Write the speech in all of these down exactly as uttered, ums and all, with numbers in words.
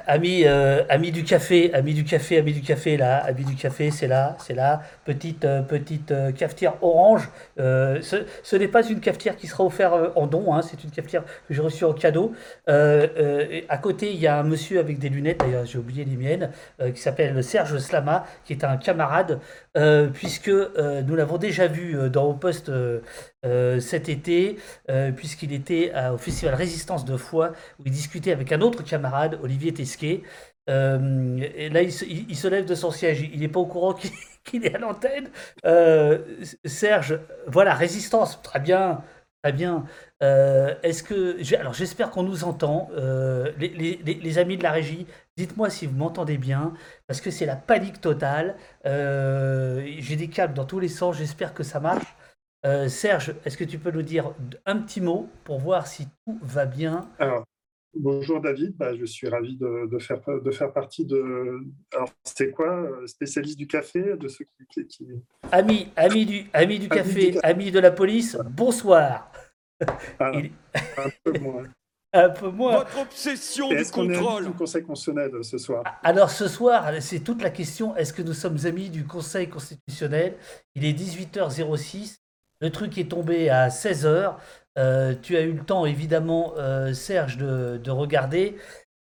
Ami, euh, ami du café, ami du café, ami du café, là, ami du café, c'est là, c'est là, petite, euh, petite euh, cafetière orange. Euh, ce ce n'est pas une cafetière qui sera offerte euh, en don, hein, c'est une cafetière que j'ai reçue en cadeau. Euh, euh, et à côté, il y a un monsieur avec des lunettes, d'ailleurs j'ai oublié les miennes, euh, qui s'appelle Serge Slama, qui est un camarade, euh, puisque euh, nous l'avons déjà vu euh, dans Au Poste euh, euh, cet été, euh, puisqu'il était à- au Festival Résistance de Foix où il discutait avec un autre camarade, Olivier Tesquet. Euh, et là, il se, il- il se lève de son siège. Il n'est pas au courant qu'il qu'il est à l'antenne. Euh, Serge, voilà, résistance, très bien, très bien. Euh, est-ce que, j'ai- alors j'espère qu'on nous entend. Euh, les, les- les- les amis de la régie, dites-moi si vous m'entendez bien, parce que c'est la panique totale. Euh, j'ai des câbles dans tous les sens. J'espère que ça marche. Euh, Serge, est-ce que tu peux nous dire un petit mot pour voir si tout va bien? Alors, bonjour David, bah, je suis ravi de, de faire, de faire partie de... Alors, c'est quoi, euh, spécialiste du café, de ceux qui... qui... Ami, ami du, ami du Amis du café, café, ami de la police, bonsoir. ah, Il, un peu moins. un peu moins. Votre obsession Et du est-ce qu'on est amis contrôle. du Conseil constitutionnel euh, ce soir? Alors ce soir, c'est toute la question, est-ce que nous sommes amis du Conseil constitutionnel? Il est dix-huit heures zéro six, le truc est tombé à seize heures. Euh, tu as eu le temps, évidemment, euh, Serge, de, de regarder.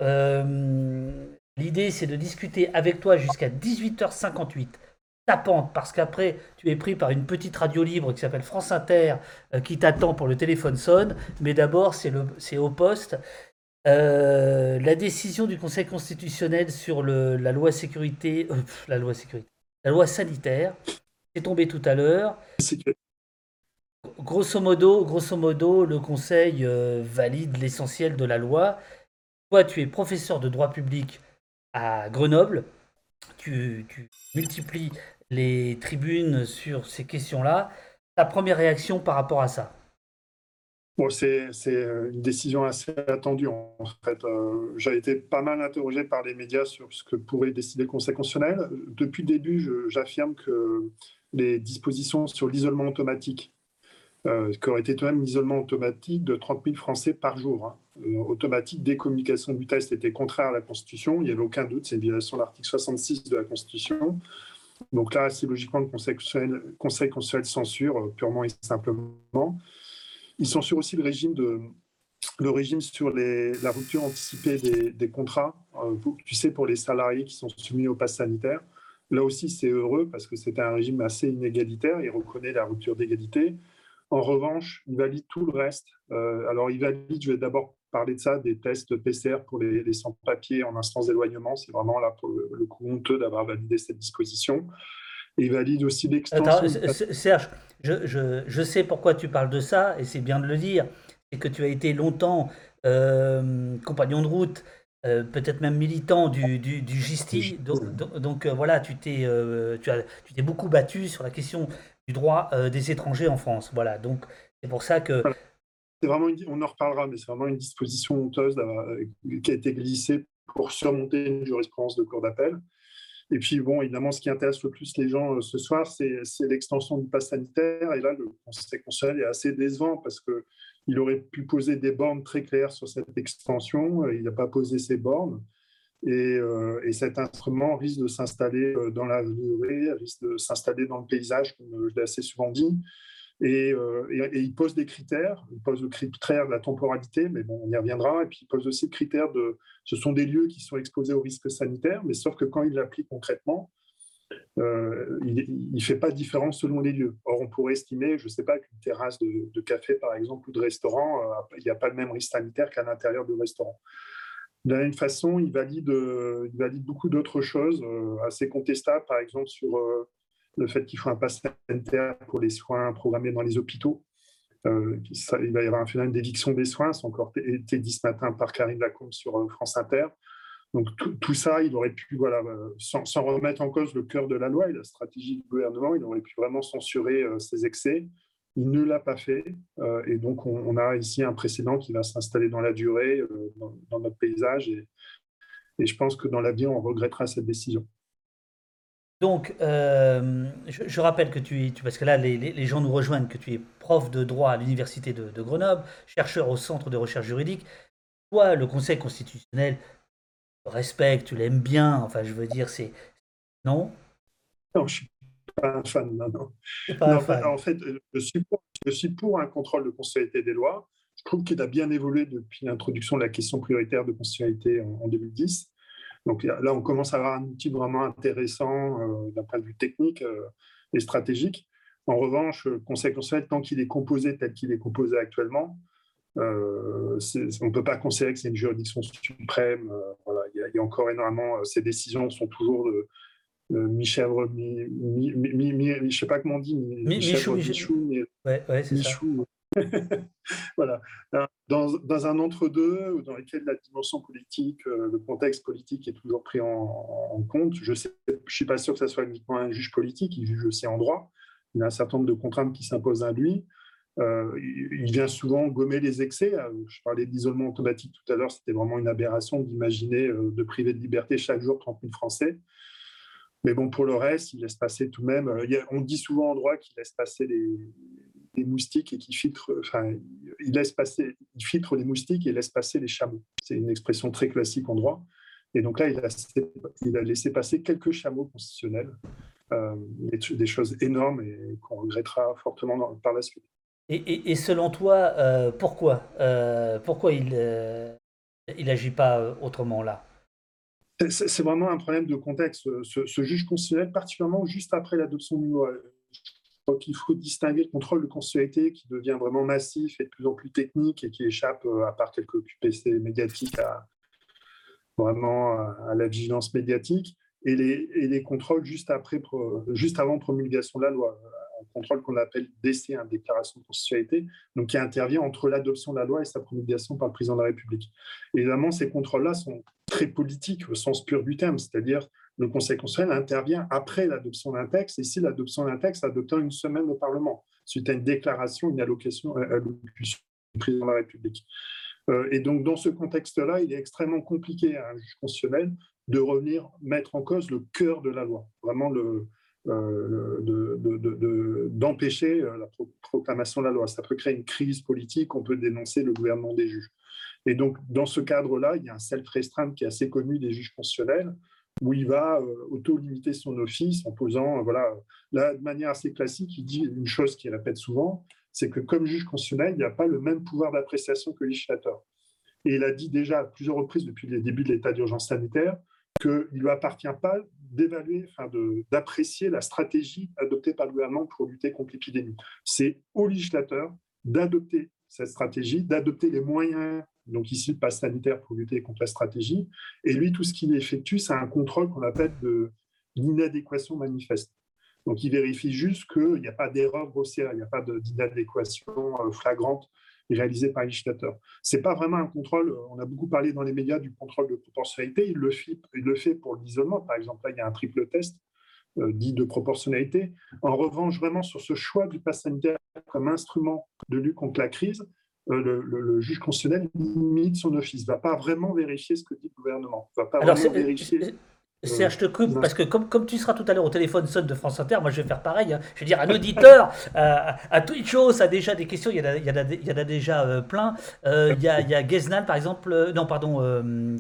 Euh, L'idée, c'est de discuter avec toi jusqu'à dix-huit heures cinquante-huit. Tapante, parce qu'après, tu es pris par une petite radio libre qui s'appelle France Inter, euh, qui t'attend pour le téléphone sonne. Mais d'abord, c'est le, c'est au poste. Euh, la décision du Conseil constitutionnel sur le, la loi sécurité, euh, pff, la loi sécurité, la loi sanitaire, est tombée tout à l'heure. C'est que- Grosso modo, grosso modo, le Conseil euh, valide l'essentiel de la loi. Toi, tu es professeur de droit public à Grenoble. Tu, tu multiplies les tribunes sur ces questions-là. Ta première réaction par rapport à ça? Bon, c'est c'est, euh, une décision assez attendue en fait. Euh, j'ai été pas mal interrogé par les médias sur ce que pourrait décider le Conseil constitutionnel. Depuis le début, je- j'affirme que les dispositions sur l'isolement automatique euh, qui aurait été tout de même l'isolement automatique de trente mille Français par jour. Hein. Euh, automatique, dès communication du test était contraire à la Constitution. Il n'y avait aucun doute, c'est une violation de l'article soixante-six de la Constitution. Donc là, assez logiquement, le Conseil constitutionnel, Conseil constitutionnel censure euh, purement et simplement. Il censure aussi le régime, de, le régime sur les, la rupture anticipée des, des contrats, euh, tu sais, pour les salariés qui sont soumis au pass sanitaire. Là aussi, c'est heureux parce que c'est un régime assez inégalitaire. Il reconnaît la rupture d'égalité. En revanche, il valide tout le reste. Euh, alors, il valide, je vais d'abord parler de ça, des tests P C R pour les, les sans-papiers en instance d'éloignement. C'est vraiment là pour le, le coup honteux d'avoir validé cette disposition. Et il valide aussi Attends, l'extension du pass. Serge, je, je- je sais pourquoi tu parles de ça, et c'est bien de le dire. C'est que tu as été longtemps euh, compagnon de route, euh, peut-être même militant du, du, du Gisti. Donc, donc- donc, euh, voilà, tu t'es euh, tu as, tu t'es beaucoup battu sur la question du droit euh, des étrangers en France. Voilà, donc c'est pour ça que Voilà. C'est vraiment une- on en reparlera, mais c'est vraiment une disposition honteuse euh, qui a été glissée pour surmonter une jurisprudence de cour d'appel. Et puis, bon, évidemment, ce qui intéresse le plus les gens euh, ce soir, c'est c'est l'extension du pass sanitaire. Et là, le Conseil constitutionnel est assez décevant parce qu'il aurait pu poser des bornes très claires sur cette extension. Euh, Il n'a pas posé ces bornes. Et, euh, et cet instrument risque de s'installer euh, dans la durée, risque de s'installer dans le paysage, comme je l'ai assez souvent dit. Et, euh, et, et il pose des critères. Il pose le critère de la temporalité, mais bon, on y reviendra. Et puis il pose aussi le critère de ce sont des lieux qui sont exposés au risque sanitaire, mais sauf que quand il l'applique concrètement, euh, il ne fait pas de différence selon les lieux. Or, on pourrait estimer, je ne sais pas, qu'une terrasse de, de café, par exemple, ou de restaurant, euh, il n'y a pas le même risque sanitaire qu'à l'intérieur du restaurant. De la même façon, il valide, euh, il valide beaucoup d'autres choses euh, assez contestables, par exemple sur euh, le fait qu'il faut un pass sanitaire pour les soins programmés dans les hôpitaux. Euh, ça, il va y avoir un phénomène d'éviction des soins, c'est encore été dit ce matin par Karine Lacombe sur euh, France Inter. Donc tout, tout ça, il aurait pu, voilà, euh, sans, sans remettre en cause le cœur de la loi et la stratégie du gouvernement, il aurait pu vraiment censurer euh, ces excès. Il ne l'a pas fait, euh, et donc on, on a ici un précédent qui va s'installer dans la durée, euh, dans, dans notre paysage, et, et je pense que dans l'avenir, on regrettera cette décision. donc euh, je, je rappelle que tu es, tu- parce que là les, les- les gens nous rejoignent, que tu es prof de droit à l'université de, de Grenoble, chercheur au Centre de recherche juridique. Toi, le Conseil constitutionnel, respectes, tu l'aimes bien. Enfin, je veux dire, c'est non, Non, je suis pas un fan, non, non. t'es pas un Non, bah, fan. en fait, je suis pour, je suis pour un contrôle de constitutionnalité des lois. Je trouve qu'il a bien évolué depuis l'introduction de la question prioritaire de constitutionnalité en, en deux mille dix. Donc là, on commence à avoir un outil vraiment intéressant euh, d'un point de vue technique euh, et stratégique. En revanche, le Conseil constitutionnel, tant qu'il est composé tel qu'il est composé actuellement, euh, on ne peut pas considérer que c'est une juridiction suprême. Euh, voilà, il y, a, il y, a encore énormément. Euh, ces décisions sont toujours de, de mi-chèvre, mi, mi, mi, mi, mi, je ne sais pas comment on dit, Mi- Michou, mi-chèvre, Michou. mi-chou, mi, Ouais, ouais, c'est ça. mi-chou. Voilà. Dans, dans un entre-deux, dans lequel la dimension politique, euh, le contexte politique est toujours pris en, en compte, je ne suis pas sûr que ce soit uniquement un juge politique, il juge aussi en droit. Il y a un certain nombre de contraintes qui s'imposent à lui. Euh, il, il vient souvent gommer les excès. Je parlais d'isolement automatique tout à l'heure, c'était vraiment une aberration d'imaginer euh, de priver de liberté chaque jour trente mille Français. Mais bon, pour le reste, il laisse passer tout de même. Il y a, on dit souvent en droit qu'il laisse passer les, les moustiques et qu'il filtre. Enfin, il laisse passer, il filtre les moustiques et laisse passer les chameaux. C'est une expression très classique en droit. Et donc là, il a, il a laissé passer quelques chameaux constitutionnels, euh, des choses énormes et qu'on regrettera fortement dans, par la suite. Et, et, et selon toi, euh, pourquoi euh, pourquoi il euh, il agit pas euh, autrement là? C'est vraiment un problème de contexte. Ce, ce juge constitutionnel, particulièrement juste après l'adoption d'une loi, donc il faut distinguer le contrôle de constitutionnalité qui devient vraiment massif et de plus en plus technique et qui échappe, à part quelques Q P C médiatiques, à, vraiment à la vigilance médiatique, et les, et les contrôles juste, après, juste avant promulgation de la loi, un contrôle qu'on appelle D C, une déclaration de constitutionnalité, donc qui intervient entre l'adoption de la loi et sa promulgation par le président de la République. Évidemment, ces contrôles-là sont très politiques au sens pur du terme, c'est-à-dire le Conseil constitutionnel intervient après l'adoption d'un texte, et si l'adoption d'un texte adoptant une semaine au Parlement, suite à une déclaration, une allocation, allocution du président de la République. Euh, et donc, dans ce contexte-là, il est extrêmement compliqué à un juge constitutionnel de revenir mettre en cause le cœur de la loi, vraiment le, euh, de, de, de, d'empêcher la pro- proclamation de la loi. Ça peut créer une crise politique, on peut dénoncer le gouvernement des juges. Et donc, dans ce cadre-là, il y a un self-restreint qui est assez connu des juges constitutionnels, où il va euh, auto-limiter son office en posant, euh, voilà, là, de manière assez classique, il dit une chose qu'il répète souvent, c'est que comme juge constitutionnel, il n'y a pas le même pouvoir d'appréciation que le législateur. Et il a dit déjà à plusieurs reprises depuis les débuts de l'état d'urgence sanitaire qu'il ne lui appartient pas d'évaluer, enfin de, d'apprécier la stratégie adoptée par le gouvernement pour lutter contre l'épidémie. C'est au législateur d'adopter cette stratégie, d'adopter les moyens, donc ici le pass sanitaire pour lutter contre la stratégie, et lui, tout ce qu'il effectue, c'est un contrôle qu'on appelle de l'inadéquation manifeste. Donc, il vérifie juste qu'il n'y a pas d'erreur grossière, il n'y a pas d'inadéquation flagrante réalisée par le législateur. Ce n'est pas vraiment un contrôle, on a beaucoup parlé dans les médias du contrôle de proportionnalité, il le fait, il le fait pour l'isolement, par exemple, là, il y a un triple test euh, dit de proportionnalité. En revanche, vraiment sur ce choix du pass sanitaire comme instrument de lutte contre la crise, euh, le, le, le juge constitutionnel limite son office, ne va pas vraiment vérifier ce que dit le gouvernement, ne va pas Alors, vraiment c'est- vérifier euh, Serge, je te coupe les parce que instruments. comme, comme tu seras tout à l'heure au téléphone sonne de France Inter, moi je vais faire pareil, hein. Je vais dire un auditeur euh, à Twitchos a déjà des questions, il y en a, il y en a, il y en a déjà euh, plein. Euh, il y a, il y a Geznal par exemple, euh, non pardon, euh,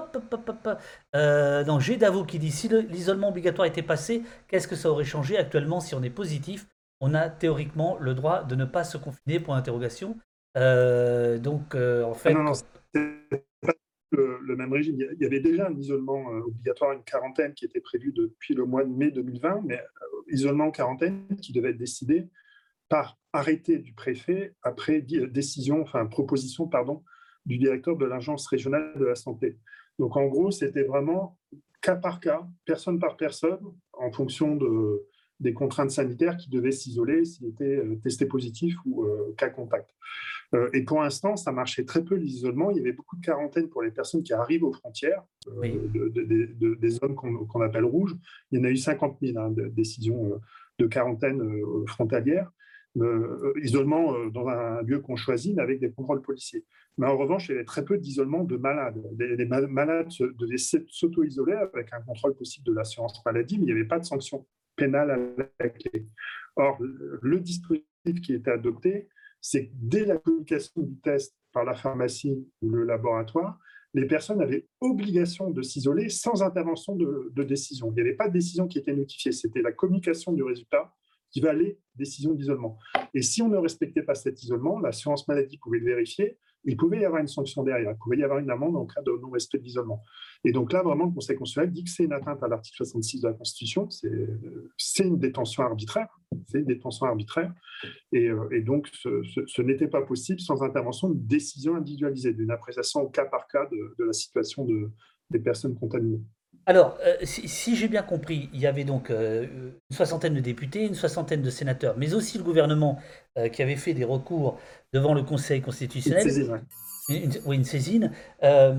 euh, non, G Davo qui dit si le- l'isolement obligatoire était passé, qu'est-ce que ça aurait changé actuellement si on est positif? On a théoriquement le droit de ne pas se confiner pour interrogation. Euh, donc euh, en Ah non, fait, non, quand- c'est pas le, le même régime. Il y avait déjà un isolement euh, obligatoire, une quarantaine qui était prévu depuis le mois de mai deux mille vingt, mais euh, isolement en quarantaine qui devait être décidé par arrêté du préfet après décision, enfin proposition, pardon, du directeur de l'agence régionale de la santé. Donc en gros, c'était vraiment cas par cas, personne par personne, en fonction de, des contraintes sanitaires qui devaient s'isoler s'il était euh, testé positif ou euh, cas contact. Euh, et pour l'instant, ça marchait très peu l'isolement. Il y avait beaucoup de quarantaine pour les personnes qui arrivent aux frontières, oui. euh, de, de, de, des zones qu'on qu'on appelle rouges. Il y en a eu cinquante mille hein, de décisions euh, de quarantaine euh, frontalière. Euh, isolement euh, dans un lieu qu'on choisit, mais avec des contrôles policiers. Mais en revanche, il y avait très peu d'isolement de malades. Les, les malades devaient s'auto-isoler avec un contrôle possible de l'assurance maladie, mais il n'y avait pas de sanction pénale à la clé. Or, le dispositif qui était adopté, c'est que dès la communication du test par la pharmacie ou le laboratoire, les personnes avaient obligation de s'isoler sans intervention de, de décision. Il n'y avait pas de décision qui était notifiée, c'était la communication du résultat qui valait décision d'isolement. Et si on ne respectait pas cet isolement, l'assurance maladie pouvait le vérifier, il pouvait y avoir une sanction derrière, il pouvait y avoir une amende en cas de non-respect de l'isolement. Et donc là, vraiment, le Conseil constitutionnel dit que c'est une atteinte à l'article soixante-six de la Constitution, c'est, c'est une détention arbitraire, c'est une détention arbitraire, et, euh, et donc ce, ce, ce n'était pas possible sans intervention de décision individualisée, d'une appréciation au cas par cas de, de la situation de, des personnes contaminées. Alors, euh, si, si j'ai bien compris, il y avait donc euh, une soixantaine de députés, une soixantaine de sénateurs, mais aussi le gouvernement euh, qui avait fait des recours devant le Conseil Une constitutionnel, saisine, ouais. une, une- oui, une saisine. Euh,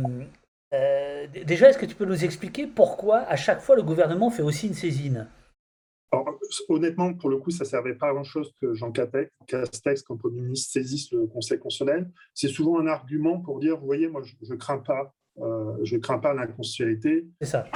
euh, d- déjà, est-ce que tu peux nous expliquer pourquoi à chaque fois le gouvernement fait aussi une saisine? Alors, honnêtement, pour le coup, ça ne servait pas à grand-chose que Jean Castex, comme Premier ministre, saisisse le Conseil constitutionnel. C'est souvent un argument pour dire, vous voyez, moi, je ne crains pas, euh, je crains pas l'inconstitutionnalité. C'est ça.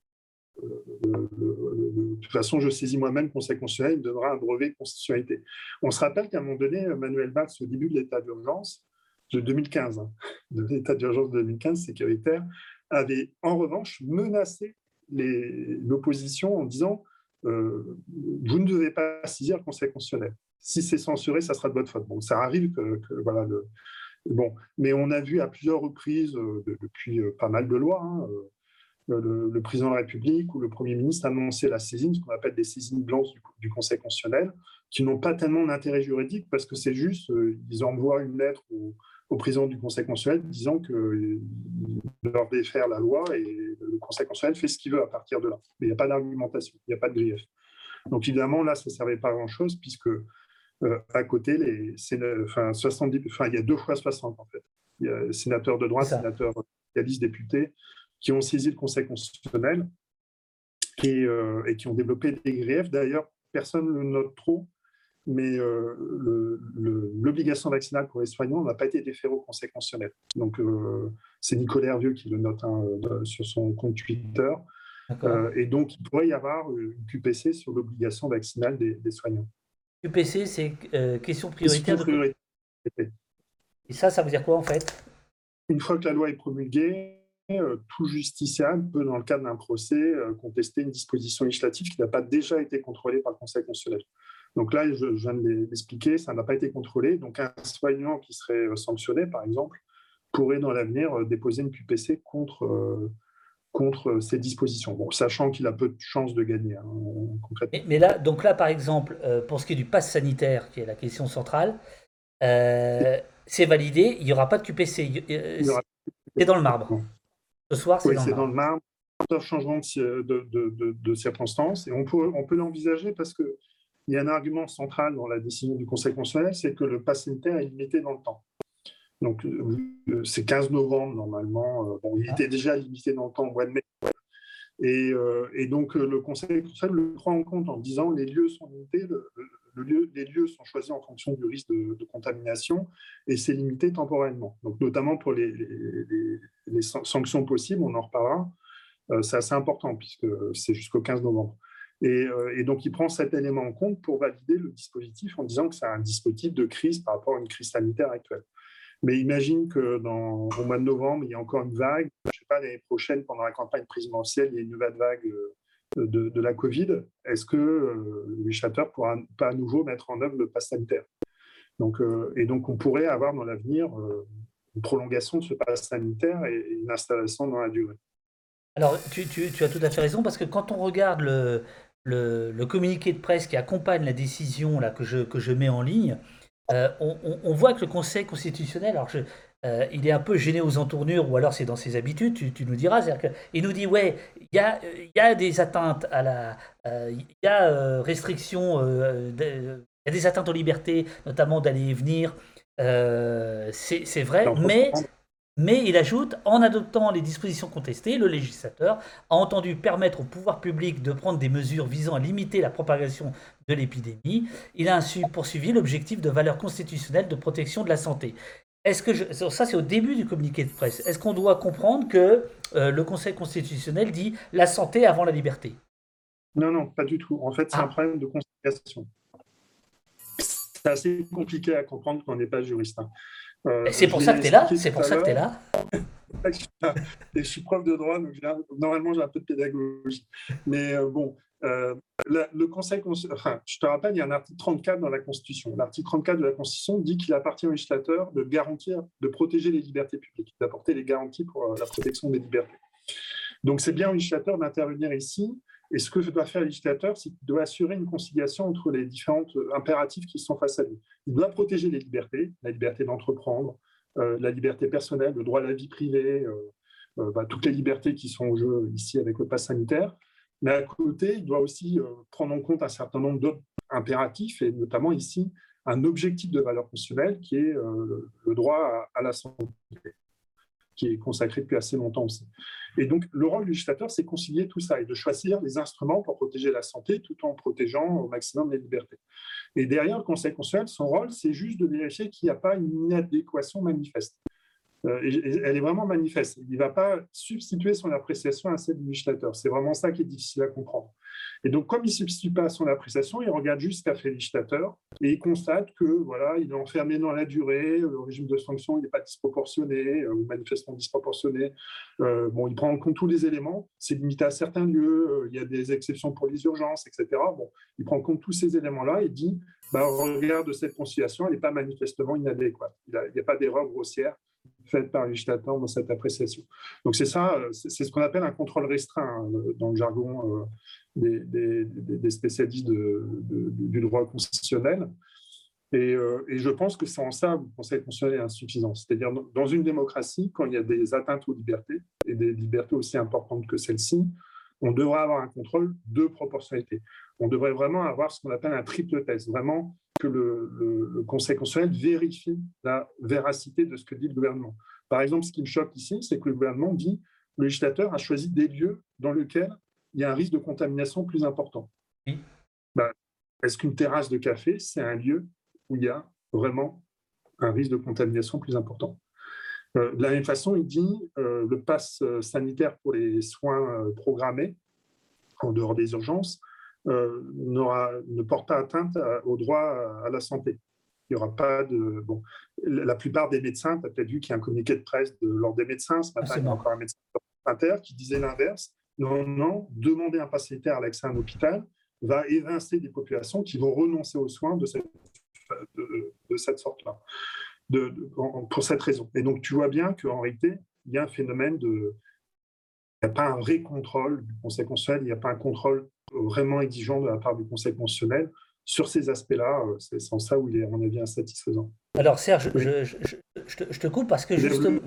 Le- le- le- de toute façon, je saisis moi-même le Conseil constitutionnel, il me donnera un brevet de constitutionnalité. On se rappelle qu'à un moment donné, Manuel Valls, au début de l'état d'urgence de deux mille quinze, hein, de l'état d'urgence de deux mille quinze sécuritaire, avait en revanche menacé les- l'opposition en disant euh, vous ne devez pas saisir le Conseil constitutionnel. Si c'est censuré, ça sera de votre faute. Bon, ça arrive que, que voilà le, bon, mais on a vu à plusieurs reprises euh, de- depuis euh, pas mal de lois. Hein, euh, le, le président de la République ou le Premier ministre annoncer la saisine, ce qu'on appelle des saisines blanches du, du Conseil constitutionnel, qui n'ont pas tellement d'intérêt juridique parce que c'est juste, euh, ils envoient une lettre au, au président du Conseil constitutionnel disant qu'il leur défaire la loi et le Conseil constitutionnel fait ce qu'il veut à partir de là. Mais il n'y a pas d'argumentation, il n'y a pas de grief. Donc évidemment, là, ça ne servait pas à grand-chose puisque euh, à côté, les, enfin, soixante-dix, enfin, il y a deux fois soixante en fait. Il y a sénateurs de droite, sénateurs socialistes, députés, qui ont saisi le Conseil constitutionnel et, euh, et qui ont développé des griefs. D'ailleurs, personne ne le note trop, mais euh, le, le, l'obligation vaccinale pour les soignants n'a pas été déférée au Conseil constitutionnel. Donc, euh, c'est Nicolas Hervieux qui le note hein, sur son compte Twitter. Euh, et donc, il pourrait y avoir une Q P C sur l'obligation vaccinale des, des soignants. Q P C, c'est euh, question prioritaire. Question prioritaire. De... Et ça, ça veut dire quoi en fait? Une fois que la loi est promulguée, euh, tout justiciable peut, dans le cadre d'un procès, euh, contester une disposition législative qui n'a pas déjà été contrôlée par le Conseil constitutionnel. Donc là, je, je viens de l'expliquer, ça n'a pas été contrôlé. Donc un soignant qui serait sanctionné, par exemple, pourrait dans l'avenir euh, déposer une Q P C contre, euh, contre ces dispositions. Bon, sachant qu'il a peu de chances de gagner, hein, concrètement. Mais, mais là, donc là, par exemple, euh, pour ce qui est du pass sanitaire, qui est la question centrale, euh, c'est validé, il n'y aura pas de Q P C. Euh, Il y aura... C'est dans le marbre. Non. Ce soir, c'est oui, dans, c'est le dans le marbre. Sauf changement de, de, de, de, de circonstances. Et on peut, on peut l'envisager parce qu'il y a un argument central dans la décision du Conseil constitutionnel, c'est que le pass sanitaire est limité dans le temps. Donc, euh, c'est quinze novembre, normalement. Bon, il était déjà limité dans le temps au mois de mai. Et, euh, et donc, le Conseil constitutionnel le prend en compte en disant les lieux sont limités, le, le lieu, les lieux sont choisis en fonction du risque de, de contamination et c'est limité temporellement. Donc, notamment pour les, les, les, les sanctions possibles, on en reparlera, euh, c'est assez important puisque c'est jusqu'au quinze novembre. Et, euh, et donc, il prend cet élément en compte pour valider le dispositif en disant que c'est un dispositif de crise par rapport à une crise sanitaire actuelle. Mais imagine que dans, au mois de novembre, il y a encore une vague. Je ne sais pas, l'année prochaine, pendant la campagne présidentielle, il y a une nouvelle vague de, de la Covid. Est-ce que euh, le législateur ne pourra pas à nouveau mettre en œuvre le pass sanitaire? Donc, euh, et donc, on pourrait avoir dans l'avenir euh, une prolongation de ce pass sanitaire et une installation dans la durée. Alors, tu, tu, tu as tout à fait raison, parce que quand on regarde le, le, le communiqué de presse qui accompagne la décision là, que, je, que je mets en ligne, Euh, on, on, on voit que le Conseil constitutionnel, alors je, euh, il est un peu gêné aux entournures, ou alors c'est dans ses habitudes, tu, tu nous diras. Il nous dit, ouais, il y a, y a des atteintes à la. Il euh, y a euh, restriction, euh, il y a des atteintes aux libertés, notamment d'aller et venir. Euh, c'est vrai, mais. Mais il ajoute, en adoptant les dispositions contestées, le législateur a entendu permettre au pouvoir public de prendre des mesures visant à limiter la propagation de l'épidémie. Il a ainsi poursuivi l'objectif de valeur constitutionnelle de protection de la santé. Est-ce que je, ça, c'est au début du communiqué de presse. Est-ce qu'on doit comprendre que euh, le Conseil constitutionnel dit la santé avant la liberté? Non, non, pas du tout. En fait, c'est ah. un problème de conciliation. C'est assez compliqué à comprendre quand on n'est pas juriste. Hein. Euh, c'est pour ça que tu es là. C'est pour ça que tu es là. Et je suis prof de droit, donc j'ai un- normalement j'ai un peu de pédagogie. Mais euh, bon, euh, la- le Conseil, cons- enfin, je te rappelle, il y a un article trente-quatre dans la Constitution. L'article trente-quatre de la Constitution dit qu'il appartient au législateur de garantir, de protéger les libertés publiques, d'apporter les garanties pour euh, la protection des libertés. Donc c'est bien au législateur d'intervenir ici. Et ce que doit faire le législateur, c'est qu'il doit assurer une conciliation entre les différents impératifs qui sont face à lui. Il doit protéger les libertés, la liberté d'entreprendre, euh, la liberté personnelle, le droit à la vie privée, euh, euh, bah, toutes les libertés qui sont en jeu ici avec le pass sanitaire. Mais à côté, il doit aussi euh, prendre en compte un certain nombre d'autres impératifs, et notamment ici un objectif de valeur constitutionnelle qui est euh, le droit à, à la santé, qui est consacré depuis assez longtemps aussi. Et donc, le rôle du législateur, c'est concilier tout ça et de choisir les instruments pour protéger la santé tout en protégeant au maximum les libertés. Et derrière, le Conseil constitutionnel, son rôle, c'est juste de vérifier qu'il n'y a pas une inadéquation manifeste. Euh, et, et elle est vraiment manifeste. Il ne va pas substituer son appréciation à celle du législateur. C'est vraiment ça qui est difficile à comprendre. Et donc, comme il ne substitue pas à son appréciation, il regarde juste ce qu'a fait le législateur et il constate que voilà, il est enfermé dans la durée, le régime de sanction n'est pas disproportionné euh, ou manifestement disproportionné. Euh, bon, il prend en compte tous les éléments, c'est limité à certains lieux, euh, il y a des exceptions pour les urgences, et cetera. Bon, il prend en compte tous ces éléments-là et dit, bah, au regard de cette conciliation, elle n'est pas manifestement inadéquate. Il n'y a, a pas d'erreur grossière faite par le législateur dans cette appréciation. Donc c'est ça, c'est ce qu'on appelle un contrôle restreint hein, dans le jargon euh, des, des, des, spécialistes de, de, du droit constitutionnel. Et, euh, et je pense que c'est en ça où le Conseil constitutionnel est insuffisant. C'est-à-dire dans une démocratie, quand il y a des atteintes aux libertés, et des libertés aussi importantes que celles-ci, on devrait avoir un contrôle de proportionnalité. On devrait vraiment avoir ce qu'on appelle un triple test, vraiment que le, le, le Conseil constitutionnel vérifie la véracité de ce que dit le gouvernement. Par exemple, ce qui me choque ici, c'est que le gouvernement dit que le législateur a choisi des lieux dans lesquels il y a un risque de contamination plus important. Oui. Ben, est-ce qu'une terrasse de café, c'est un lieu où il y a vraiment un risque de contamination plus important? Euh, de la même façon, il dit euh, le pass sanitaire pour les soins euh, programmés en dehors des urgences euh, ne porte pas atteinte à, au droit à, à la santé. Il n'y aura pas de... Bon, la plupart des médecins, tu as peut-être vu qu'il y a un communiqué de presse de l'Ordre des médecins, ce matin, il y a encore un médecin inter qui disait l'inverse. Non, non, demander un pass sanitaire à l'accès à un hôpital va évincer des populations qui vont renoncer aux soins de cette, de, de cette sorte-là, de, de, pour cette raison. Et donc, tu vois bien qu'en réalité, il y a un phénomène de... Il n'y a pas un vrai contrôle du Conseil constitutionnel, il n'y a pas un contrôle vraiment exigeant de la part du Conseil constitutionnel. Sur ces aspects-là, c'est en ça où il est, à mon avis, insatisfaisant. Alors, Serge, oui. je, je, je, je, te, je te coupe parce que justement,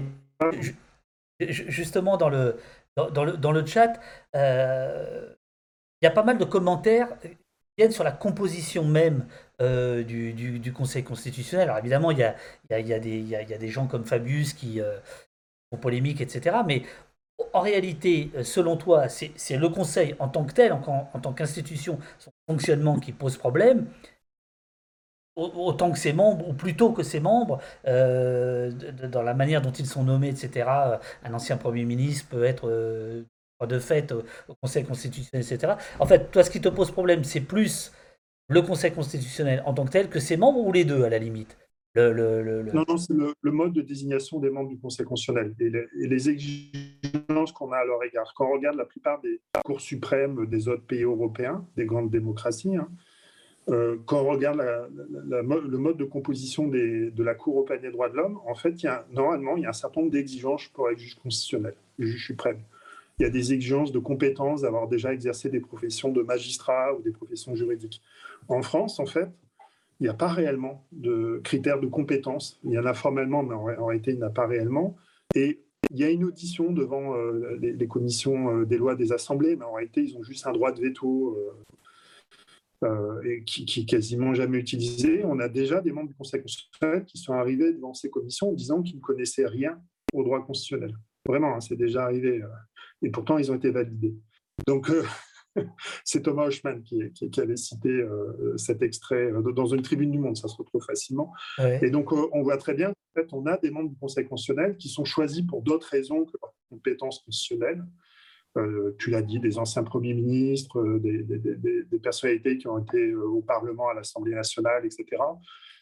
justement dans, le, dans, dans, le, dans le chat, euh, il y a pas mal de commentaires qui viennent sur la composition même euh, du, du, du Conseil constitutionnel. Alors évidemment, il y a, il y a, il y a, des, il y a, il y a des gens comme Fabius qui euh, font polémique, et cetera. Mais en réalité, selon toi, c'est le Conseil en tant que tel, en, en tant qu'institution, son fonctionnement qui pose problème, autant que ses membres, ou plutôt que ses membres, euh, de, dans la manière dont ils sont nommés, et cetera. Un ancien Premier ministre peut être euh, de fait au, au Conseil constitutionnel, et cetera. En fait, toi, ce qui te pose problème, c'est plus le Conseil constitutionnel en tant que tel que ses membres, ou les deux, à la limite? Le, le, le, le... Non, non, c'est le, le mode de désignation des membres du Conseil constitutionnel et les, et les exigences qu'on a à leur égard. Quand on regarde la plupart des cours suprêmes des autres pays européens, des grandes démocraties, hein, euh, quand on regarde la, la, la, le mode de composition des, de la Cour européenne des droits de l'homme, en fait, il y a, normalement, il y a un certain nombre d'exigences pour être juge constitutionnel, juge suprême. Il y a des exigences de compétences, d'avoir déjà exercé des professions de magistrat ou des professions juridiques. En France, en fait, il n'y a pas réellement de critères de compétence. Il y en a formellement, mais en réalité, il n'y en a pas réellement. Et il y a une audition devant euh, les, les commissions euh, des lois des assemblées, mais en réalité, ils ont juste un droit de veto euh, euh, et qui, qui est quasiment jamais utilisé. On a déjà des membres du Conseil constitutionnel qui sont arrivés devant ces commissions en disant qu'ils ne connaissaient rien au droit constitutionnel. Vraiment, hein, c'est déjà arrivé. Euh, et pourtant, ils ont été validés. Donc, euh, c'est Thomas Hochmann qui, qui, qui avait cité euh, cet extrait euh, dans une tribune du Monde, ça se retrouve facilement. Ouais. Et donc, euh, on voit très bien qu'en fait, on a des membres du Conseil constitutionnel qui sont choisis pour d'autres raisons que leur compétence constitutionnelle. Euh, tu l'as dit, des anciens premiers ministres, euh, des, des, des, des personnalités qui ont été euh, au Parlement, à l'Assemblée nationale, et cetera.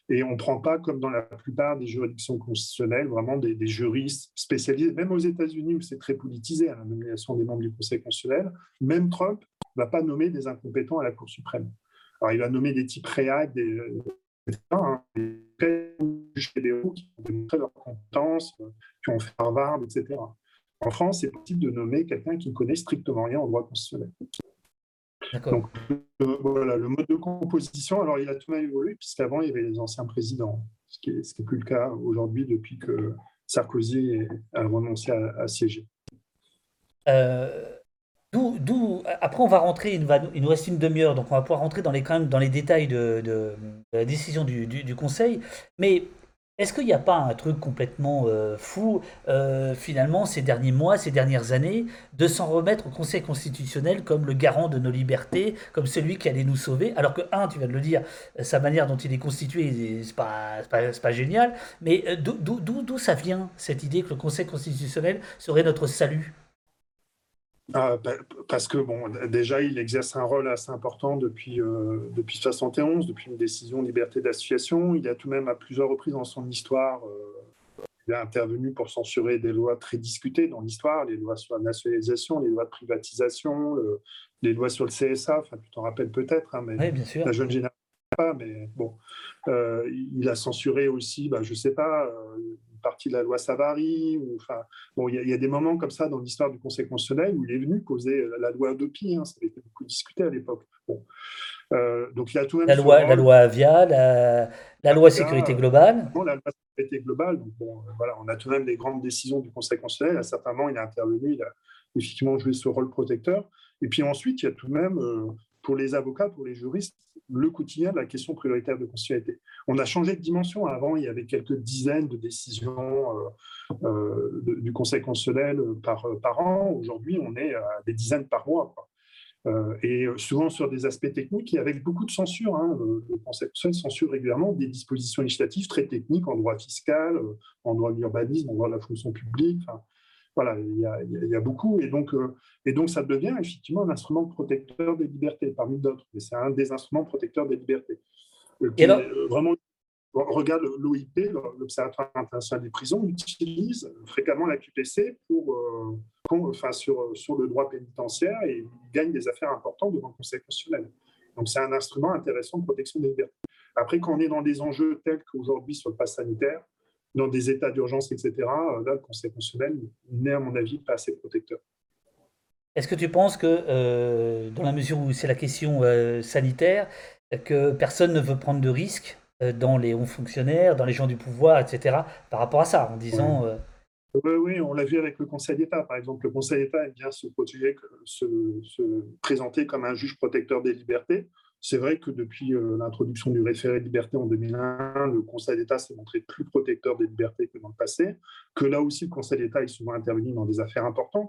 Et on ne prend pas, comme dans la plupart des juridictions constitutionnelles, vraiment des, des juristes spécialisés. Même aux États-Unis, où c'est très politisé, hein, la nomination des membres du Conseil constitutionnel, même Trump ne va pas nommer des incompétents à la Cour suprême. Alors, il va nommer des types réac, des, des, hein, des juges fédéraux qui ont démontré leur compétence, qui ont fait Harvard, et cetera. En France, c'est possible de nommer quelqu'un qui ne connaît strictement rien au droit constitutionnel. Donc, euh, voilà, le mode de composition, alors il a tout de même évolué, puisqu'avant, il y avait les anciens présidents, ce qui n'est plus le cas aujourd'hui depuis que Sarkozy a renoncé à, à siéger. Euh, d'où, d'où, après, on va rentrer, il nous, va, il nous reste une demi-heure, donc on va pouvoir rentrer dans les, quand même, dans les détails de, de, de la décision du, du, du Conseil. Mais est-ce qu'il n'y a pas un truc complètement euh, fou, euh, finalement, ces derniers mois, ces dernières années, de s'en remettre au Conseil constitutionnel comme le garant de nos libertés, comme celui qui allait nous sauver, alors que, un, tu viens de le dire, euh, sa manière dont il est constitué, c'est pas, c'est pas, c'est pas génial, mais euh, d'où, d'où, d'où d'où ça vient, cette idée que le Conseil constitutionnel serait notre salut? Ah, parce que, bon, déjà, il exerce un rôle assez important depuis, euh, depuis soixante et onze, depuis une décision de liberté d'association. Il a tout de même, à plusieurs reprises dans son histoire, euh, il a intervenu pour censurer des lois très discutées dans l'histoire, les lois sur la nationalisation, les lois de privatisation, le, les lois sur le C S A, enfin, tu t'en rappelles peut-être, hein, mais Oui, bien sûr. la jeune génération pas, mais bon. Euh, il a censuré aussi, bah, je ne sais pas, euh, une partie de la loi Savary. Ou, enfin, bon, il y, y a des moments comme ça dans l'histoire du Conseil constitutionnel où il est venu poser la loi Hadopi, hein, ça avait été beaucoup discuté à l'époque. Bon. Euh, donc il a tout de La même ce loi, la rôle. loi Avia, la, la loi sécurité Là, globale. la loi sécurité globale, donc bon, voilà, on a tout de même des grandes décisions du Conseil constitutionnel. À certains moments, il a intervenu, il a effectivement joué ce rôle protecteur. Et puis ensuite, il y a tout de même, euh, pour les avocats, pour les juristes, le quotidien de la question prioritaire de constitutionnalité. On a changé de dimension. Avant, il y avait quelques dizaines de décisions euh, euh, de, du Conseil constitutionnel par, par an. Aujourd'hui, on est à des dizaines par mois, quoi. Euh, et souvent sur des aspects techniques et avec beaucoup de censure. Hein. Le Conseil constitutionnel censure régulièrement des dispositions législatives très techniques en droit fiscal, en droit de l'urbanisme, en droit de la fonction publique. Enfin, voilà, il y, a, il y a beaucoup. Et donc, euh, et donc, ça devient effectivement un instrument protecteur des libertés, parmi d'autres. Mais c'est un des instruments protecteurs des libertés. Euh, Et qui alors, est vraiment, regarde l'O I P, l'Observatoire international des prisons, utilise fréquemment la Q P C pour, euh, pour, enfin, sur, sur le droit pénitentiaire et il gagne des affaires importantes devant le Conseil constitutionnel. Donc, c'est un instrument intéressant de protection des libertés. Après, quand on est dans des enjeux tels qu'aujourd'hui sur le pass sanitaire, dans des états d'urgence, et cetera, là, le Conseil constitutionnel n'est, à mon avis, pas assez protecteur. est-ce que tu penses que, euh, dans la mesure où c'est la question euh, sanitaire, que personne ne veut prendre de risques euh, dans les hauts fonctionnaires, dans les gens du pouvoir, et cetera, par rapport à ça, en Ouais. disant, euh, Oui, oui, on l'a vu avec le Conseil d'État, par exemple. Le Conseil d'État vient se protéger, se, se présenter comme un juge protecteur des libertés. C'est vrai que depuis euh, l'introduction du référé de liberté en deux mille un, le Conseil d'État s'est montré plus protecteur des libertés que dans le passé, que là aussi, le Conseil d'État est souvent intervenu dans des affaires importantes.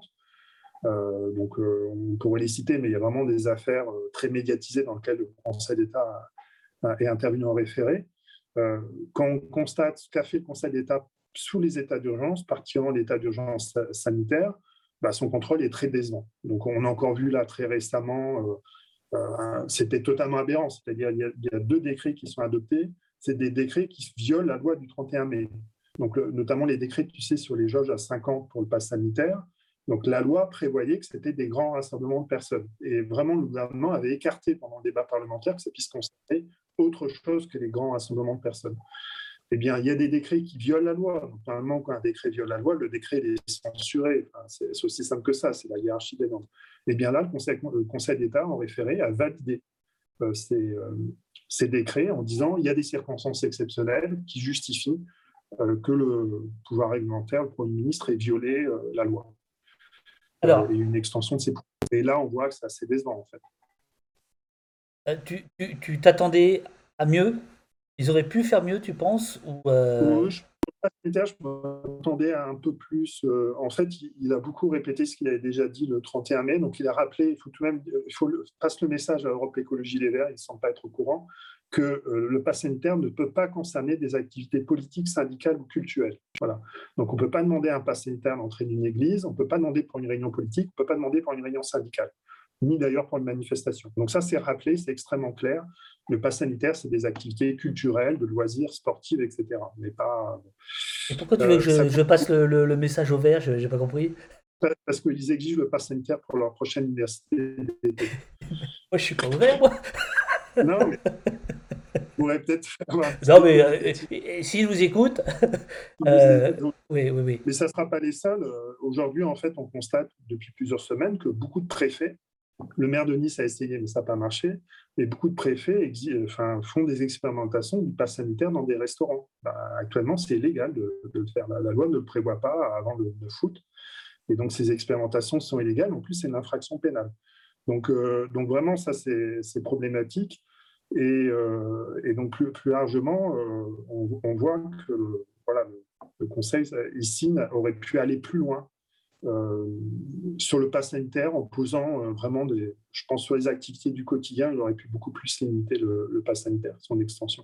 Euh, donc, euh, on pourrait les citer, mais il y a vraiment des affaires euh, très médiatisées dans lesquelles le Conseil d'État a, a, est intervenu en référé. Euh, quand on constate ce qu'a fait le Conseil d'État sous les états d'urgence, particulièrement l'état d'urgence sanitaire, bah, son contrôle est très décevant. Donc, on a encore vu là très récemment, euh, euh, c'était totalement aberrant. C'est-à-dire, il y, a, il y a deux décrets qui sont adoptés. C'est des décrets qui violent la loi du trente et un mai. Donc, le, notamment les décrets, tu sais, sur les jauges à cinq ans pour le pass sanitaire. Donc, la loi prévoyait que c'était des grands rassemblements de personnes. Et vraiment, le gouvernement avait écarté pendant le débat parlementaire que ça puisse constater autre chose que les grands rassemblements de personnes. Eh bien, il y a des décrets qui violent la loi. Donc, normalement, quand un décret viole la loi, le décret est censuré. Enfin, c'est, c'est aussi simple que ça, c'est la hiérarchie des normes. Eh bien là, le Conseil, le Conseil d'État, en référé, a validé euh, ces, euh, ces décrets en disant qu'il y a des circonstances exceptionnelles qui justifient euh, que le pouvoir réglementaire, le Premier ministre, ait violé euh, la loi. Euh, alors, et une extension de ses pouvoirs. Et là, on voit que c'est assez décevant, en fait. euh, tu, tu, tu t'attendais à mieux? Ils auraient pu faire mieux, tu penses? Ou, euh, Oui, je je m'attendais à un peu plus. Euh, en fait, il, il a beaucoup répété ce qu'il avait déjà dit le trente et un mai. Donc, il a rappelé, il faut tout de même, il faut le, passe le message à Europe Écologie Les Verts, il ne semble pas être au courant, que euh, le pass sanitaire ne peut pas concerner des activités politiques, syndicales ou culturelles. Voilà. Donc, on ne peut pas demander à un pass sanitaire d'entrer d'une église, on ne peut pas demander pour une réunion politique, on ne peut pas demander pour une réunion syndicale. ni d'ailleurs pour une manifestation. Donc ça, c'est rappelé, c'est extrêmement clair. Le pass sanitaire, c'est des activités culturelles, de loisirs, sportives, et cetera. Mais pas. Et pourquoi tu veux que Euh, ça, je, je passe le, le- le message au vert? Je n'ai pas compris. parce qu'ils exigent le pass sanitaire pour leur prochaine université d'été. Moi, je suis pas au vert, moi. Non, mais on pourrait peut-être faire un Non, petit mais euh, communicatif et- et s'ils nous écoutent, qui nous euh, écoute. oui, oui, oui. Mais ça ne sera pas les seuls. Euh, Aujourd'hui, en fait, on constate depuis plusieurs semaines que beaucoup de préfets, le maire de Nice a essayé, mais ça n'a pas marché, mais beaucoup de préfets exi- euh, enfin, font des expérimentations du pass sanitaire dans des restaurants. Bah, actuellement, c'est illégal de, de le faire. La, la loi ne le prévoit pas avant le, le foot. Et donc, ces expérimentations sont illégales. En plus, c'est une infraction pénale. Donc, euh, donc vraiment, ça, c'est c'est problématique. Et, euh, et donc, plus, plus largement, euh, on, on voit que voilà, le, le Conseil, ici, aurait pu aller plus loin euh, sur le pass sanitaire en posant euh, vraiment des. Je pense sur les activités du quotidien, il aurait pu beaucoup plus limiter le, le pass sanitaire, son extension.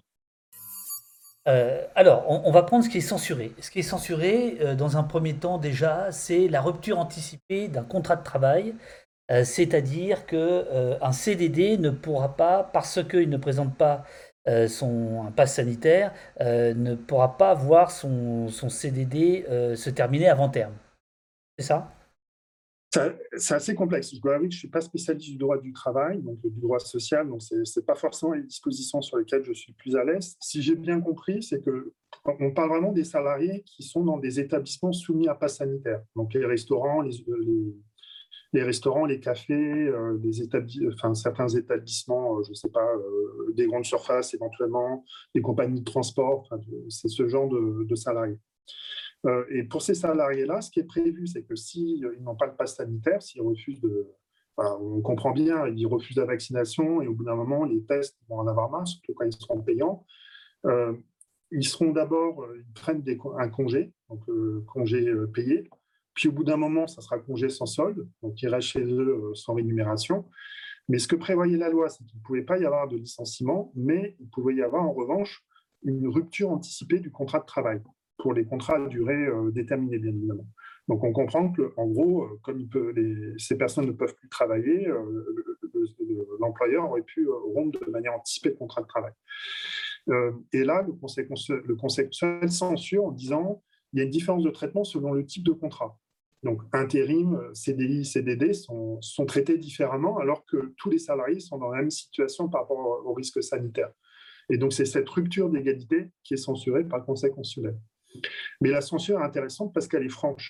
Euh, alors, on, on va prendre ce qui est censuré. Ce qui est censuré, euh, dans un premier temps déjà, c'est la rupture anticipée d'un contrat de travail. Euh, c'est-à-dire que euh, un C D D ne pourra pas, parce qu'il ne présente pas euh, son un pass sanitaire, euh, ne pourra pas voir son, son C D D euh, se terminer avant terme. C'est ça? C'est assez complexe. Je dois avouer que je ne suis pas spécialiste du droit du travail, donc du droit social, donc ce n'est pas forcément les dispositions sur lesquelles je suis plus à l'aise. Si j'ai bien compris, c'est qu'on parle vraiment des salariés qui sont dans des établissements soumis à pass sanitaire, donc les restaurants, les, les, les restaurants, les cafés, euh, les établis, enfin, certains établissements, euh, je ne sais pas, euh, des grandes surfaces éventuellement, des compagnies de transport, enfin, c'est ce genre de, de salariés. Euh, et pour ces salariés-là, ce qui est prévu, c'est que s'ils n'ont pas le pass sanitaire, s'ils refusent de. Enfin, on comprend bien, ils refusent la vaccination et au bout d'un moment, les tests vont en avoir marre, surtout quand ils seront payants. Euh, ils seront d'abord, ils prennent des, un congé, donc euh, congé euh, payé. Puis au bout d'un moment, ça sera congé sans solde, donc ils restent chez eux euh, sans rémunération. Mais ce que prévoyait la loi, c'est qu'il ne pouvait pas y avoir de licenciement, mais il pouvait y avoir en revanche une rupture anticipée du contrat de travail pour les contrats à durée euh, déterminée, bien évidemment. Donc on comprend que, en gros, euh, comme il peut, les, ces personnes ne peuvent plus travailler, euh, l'employeur aurait pu euh, rompre de manière anticipée le contrat de travail. Euh, et là, le Conseil, le Conseil constitutionnel censure en disant il y a une différence de traitement selon le type de contrat. Donc, intérim, C D I, C D D sont, sont traités différemment alors que tous les salariés sont dans la même situation par rapport au risque sanitaire. Et donc, c'est cette rupture d'égalité qui est censurée par le Conseil constitutionnel. Mais la censure est intéressante parce qu'elle est franche.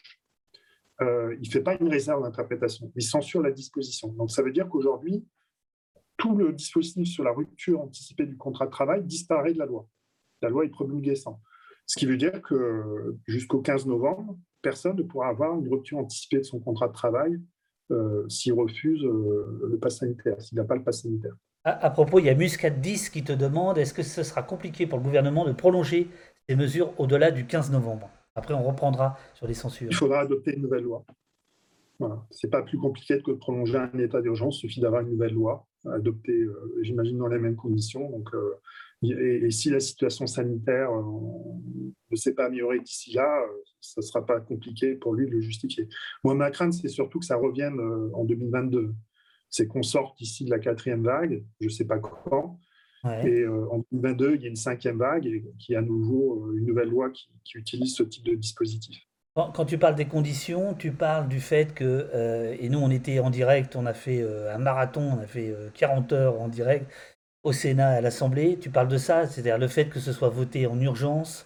Euh, il ne fait pas une réserve d'interprétation, il censure la disposition. Donc, ça veut dire qu'aujourd'hui, tout le dispositif sur la rupture anticipée du contrat de travail disparaît de la loi. La loi est promulguée sans. Ce qui veut dire que jusqu'au quinze novembre, personne ne pourra avoir une rupture anticipée de son contrat de travail euh, s'il refuse euh, le pass sanitaire, s'il n'a pas le pass sanitaire. À, à propos, il y a Muscat dix qui te demande est-ce que ce sera compliqué pour le gouvernement de prolonger ces mesures au-delà du quinze novembre? Après, on reprendra sur les Il censures. faudra adopter une nouvelle loi. Voilà. Ce n'est pas plus compliqué que de prolonger un état d'urgence, il suffit d'avoir une nouvelle loi adoptée, euh, j'imagine, dans les mêmes conditions. Donc, euh, et, et, si la situation sanitaire euh, ne s'est pas améliorée d'ici là, euh, ça ne sera pas compliqué pour lui de le justifier. Moi, ma crainte, c'est surtout que ça revienne euh, en deux mille vingt-deux. C'est qu'on sorte ici de la quatrième vague, je ne sais pas quand, Ouais. et euh, en deux mille vingt-deux, il y a une cinquième vague et qui est à nouveau euh, une nouvelle loi qui, qui utilise ce type de dispositif. Quand, quand tu parles des conditions, tu parles du fait que, euh, et nous on était en direct, on a fait euh, un marathon, on a fait euh, quarante heures en direct au Sénat et à l'Assemblée, tu parles de ça, c'est-à-dire le fait que ce soit voté en urgence.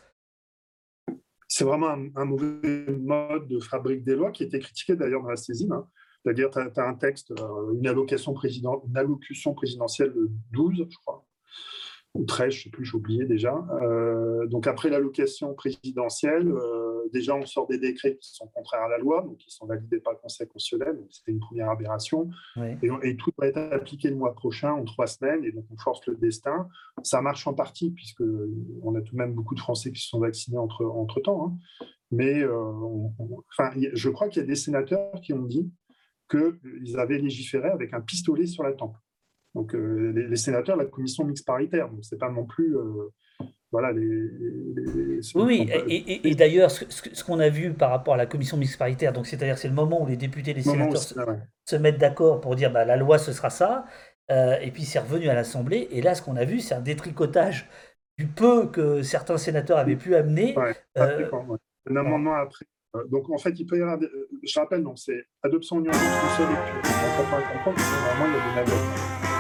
C'est vraiment un, un mauvais mode de fabrique des lois qui a été critiqué d'ailleurs dans la saisine. Hein. C'est-à-dire, tu as, as un texte, euh, une, allocation président, une allocution présidentielle de douze, je crois, ou treize, je ne sais plus, j'ai oublié déjà. Euh, donc après l'allocation présidentielle, euh, déjà on sort des décrets qui sont contraires à la loi, donc qui sont validés par le Conseil constitutionnel, donc c'était une première aberration. Ouais. Et, et tout doit être appliqué le mois prochain, en trois semaines, et donc on force le destin. Ça marche en partie, puisqu'on a tout de même beaucoup de Français qui se sont vaccinés entre, entre temps. Hein. Mais euh, on, on, enfin, je crois qu'il y a des sénateurs qui ont dit qu'ils avaient légiféré avec un pistolet sur la tempe. Donc, euh, les, les sénateurs, la commission mixte paritaire, donc c'est pas non plus. Euh, voilà, les, les- Oui, ceux qui oui, ont pas- et, et- et d'ailleurs, ce, ce- ce qu'on a vu par rapport à la commission mixte paritaire, donc c'est-à-dire c'est le moment où les députés et les moment sénateurs aussi, se, ah ouais. se mettent d'accord pour dire bah, la loi ce sera ça, euh, et puis c'est revenu à l'Assemblée, et là ce qu'on a vu c'est un détricotage du peu que certains sénateurs avaient pu amener. Ouais, ça euh, dépend, ouais. Un voilà. amendement après. Euh, Donc, en fait, il peut y avoir. des- euh, Je rappelle, donc, c'est adoption en urgence, une seule lecture. Donc, on peut comprendre que normalement, il y a des navettes.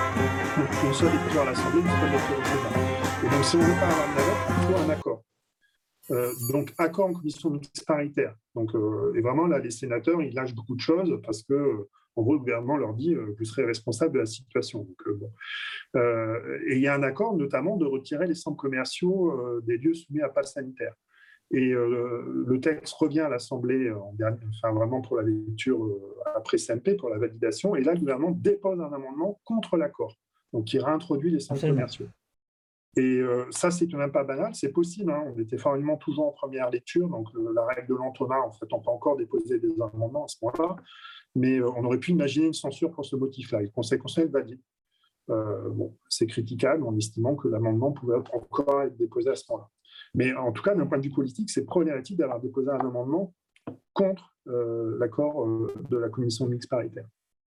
Donc, une seule lecture à l'Assemblée, une seule lecture au Sénat. Et donc, si on ne veut pas avoir de navette, il faut un accord. Euh, donc, accord en commission mixte paritaire. Donc, euh, et vraiment, là, les sénateurs, ils lâchent beaucoup de choses parce que, euh, en gros, le gouvernement leur dit euh, vous serez responsable de la situation. Donc, euh, bon. Euh, et il y a un accord, notamment, de retirer les centres commerciaux euh, des lieux soumis à passe sanitaire. Et euh, le texte revient à l'Assemblée en dernier, enfin vraiment pour la lecture euh, après C M P, pour la validation. Et là, le gouvernement dépose un amendement contre l'accord, donc qui réintroduit les centres Absolument. commerciaux. Et euh, ça, c'est même pas banal, c'est possible. Hein. On était formellement toujours en première lecture, donc euh, la règle de l'entonnoir, en fait, on peut encore déposer des amendements à ce moment-là, mais euh, on aurait pu imaginer une censure pour ce motif-là. Et le Conseil constitutionnel valide. Euh, bon, c'est critiquable en estimant que l'amendement pouvait encore être déposé à ce moment-là. Mais en tout cas, d'un point de vue politique, c'est problématique d'avoir déposé un amendement contre euh, l'accord euh, de la commission mixte paritaire.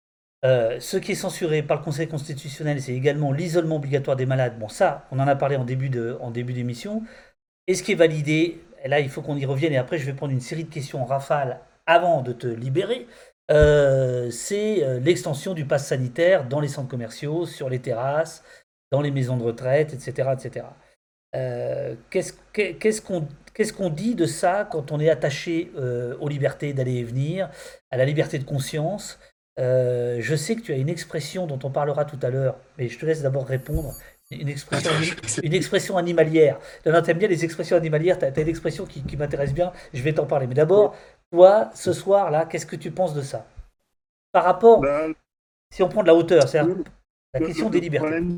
Euh, ce qui est censuré par le Conseil constitutionnel, c'est également l'isolement obligatoire des malades. Bon, ça, on en a parlé en début de, en début d'émission. Et ce qui est validé, et là, il faut qu'on y revienne, et après, je vais prendre une série de questions en rafale avant de te libérer. Euh, c'est euh, l'extension du pass sanitaire dans les centres commerciaux, sur les terrasses, dans les maisons de retraite, et cetera, et cetera. Euh, qu'est-ce qu'est- qu'est-ce qu'on qu'est-ce qu'on dit de ça quand on est attaché euh, aux libertés d'aller et venir, à la liberté de conscience? Euh, je sais que tu as une expression dont on parlera tout à l'heure, mais je te laisse d'abord répondre. Une expression, anim- une expression animalière. Non, non, t'aimes bien les expressions animalières, t'as, t'as une expression qui, qui m'intéresse bien, je vais t'en parler. Mais d'abord, toi, ce soir-là, qu'est-ce que tu penses de ça? Par rapport, Ben, si on prend de la hauteur, c'est-à-dire le, la le- question des le libertés. problème,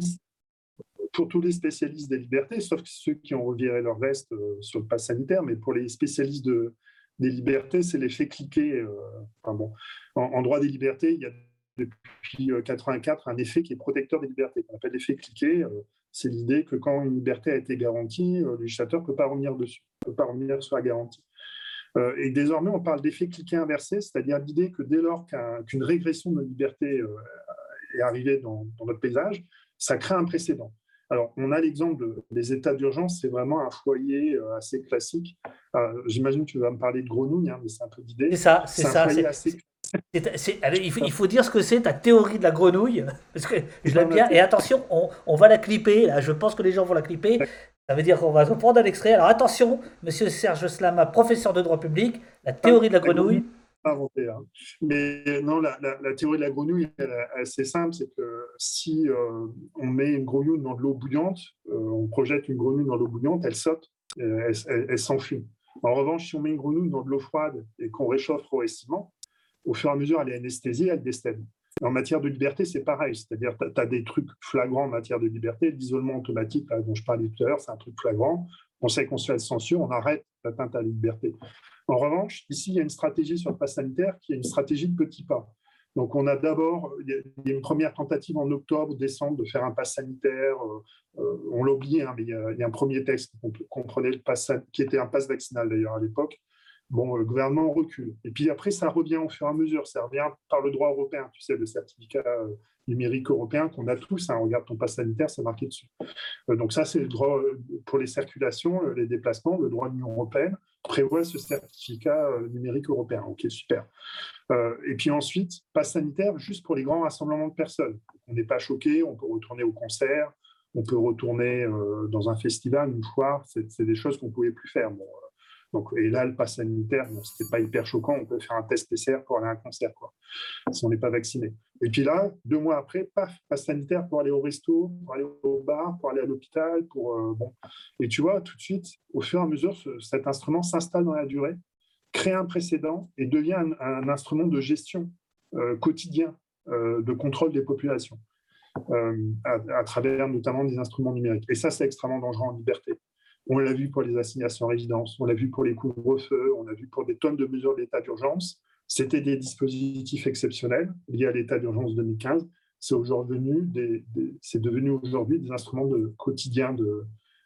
pour tous les spécialistes des libertés, sauf ceux qui ont reviré leur veste euh, sur le pass sanitaire, mais pour les spécialistes de, des libertés, c'est l'effet cliquet. Euh, enfin bon, en, en droit des libertés, il y a depuis euh, quatre-vingt-quatre un effet qui est protecteur des libertés, qu'on appelle l'effet cliquet. Euh, c'est l'idée que quand une liberté a été garantie, euh, le législateur ne peut pas revenir dessus, ne peut pas revenir sur la garantie. Euh, et désormais, on parle d'effet cliquet inversé, c'est-à-dire l'idée que dès lors qu'un, qu'une régression de liberté euh, est arrivée dans, dans notre paysage, ça crée un précédent. Alors, on a l'exemple de, des états d'urgence, c'est vraiment un foyer euh, assez classique. Euh, j'imagine que tu vas me parler de grenouilles, hein, mais c'est un peu C'est l'idée. ça, c'est C'est un ça. foyer C'est, assez. c'est- c'est- allez, il faut, il faut dire ce que c'est ta théorie de la grenouille, parce que je C'est pas l'aime ma bien. Et théorie. attention, on, on va la clipper. Là, je pense que les gens vont la clipper. Ça veut dire qu'on va reprendre un extrait. Alors attention, monsieur Serge Slama, professeur de droit public, la théorie de la La grenouille, grenouille. pas inventé. Hein. Mais non, la, la, la, théorie de la grenouille elle est assez simple, c'est que si euh, on met une grenouille dans de l'eau bouillante, euh, on projette une grenouille dans l'eau bouillante, elle saute, euh, elle, elle, elle s'enfuit. En revanche, si on met une grenouille dans de l'eau froide et qu'on réchauffe progressivement, au fur et à mesure, elle est anesthésiée, elle décède. En matière de liberté, c'est pareil. C'est-à-dire, tu as des trucs flagrants en matière de liberté. L'isolement automatique, là, dont je parlais tout à l'heure, c'est un truc flagrant. Conseil constitutionnel censure, on arrête l'atteinte à la liberté. En revanche, ici, il y a une stratégie sur le pass sanitaire qui est une stratégie de petits pas. Donc, on a d'abord, il y a une première tentative en octobre, décembre, de faire un pass sanitaire. Euh, on l'a oublié, hein, mais il y, a, il y a un premier texte qui comprenait le pass, qui était un pass vaccinal d'ailleurs à l'époque. Bon, le gouvernement recule. Et puis après, ça revient au fur et à mesure. Ça revient par le droit européen, tu sais, le certificat numérique européen qu'on a tous. Hein, on regarde ton pass sanitaire, c'est marqué dessus. Donc ça, c'est le droit pour les circulations, les déplacements. Le droit de l'Union européenne prévoit ce certificat numérique européen. Ok, super. Euh, et puis ensuite, pass sanitaire juste pour les grands rassemblements de personnes. On n'est pas choqué, on peut retourner au concert, on peut retourner euh, dans un festival, une foire. C'est, c'est des choses qu'on ne pouvait plus faire. Bon, euh, donc, et là, le pass sanitaire, bon, ce n'était pas hyper choquant. On peut faire un test P C R pour aller à un concert, quoi, si on n'est pas vacciné. Et puis là, deux mois après, paf, pass sanitaire pour aller au resto, pour aller au bar, pour aller à l'hôpital. Pour, euh, bon. Et tu vois, tout de suite, au fur et à mesure, ce, cet instrument s'installe dans la durée, crée un précédent et devient un, un instrument de gestion euh, quotidien, euh, de contrôle des populations, euh, à, à travers notamment des instruments numériques. Et ça, c'est extrêmement dangereux en liberté. On l'a vu pour les assignations en résidence, on l'a vu pour les couvre-feux, on l'a vu pour des tonnes de mesures d'état d'urgence. C'était des dispositifs exceptionnels liés à l'état d'urgence deux mille quinze. C'est, aujourd'hui des, des, c'est devenu aujourd'hui des instruments de, quotidiens de,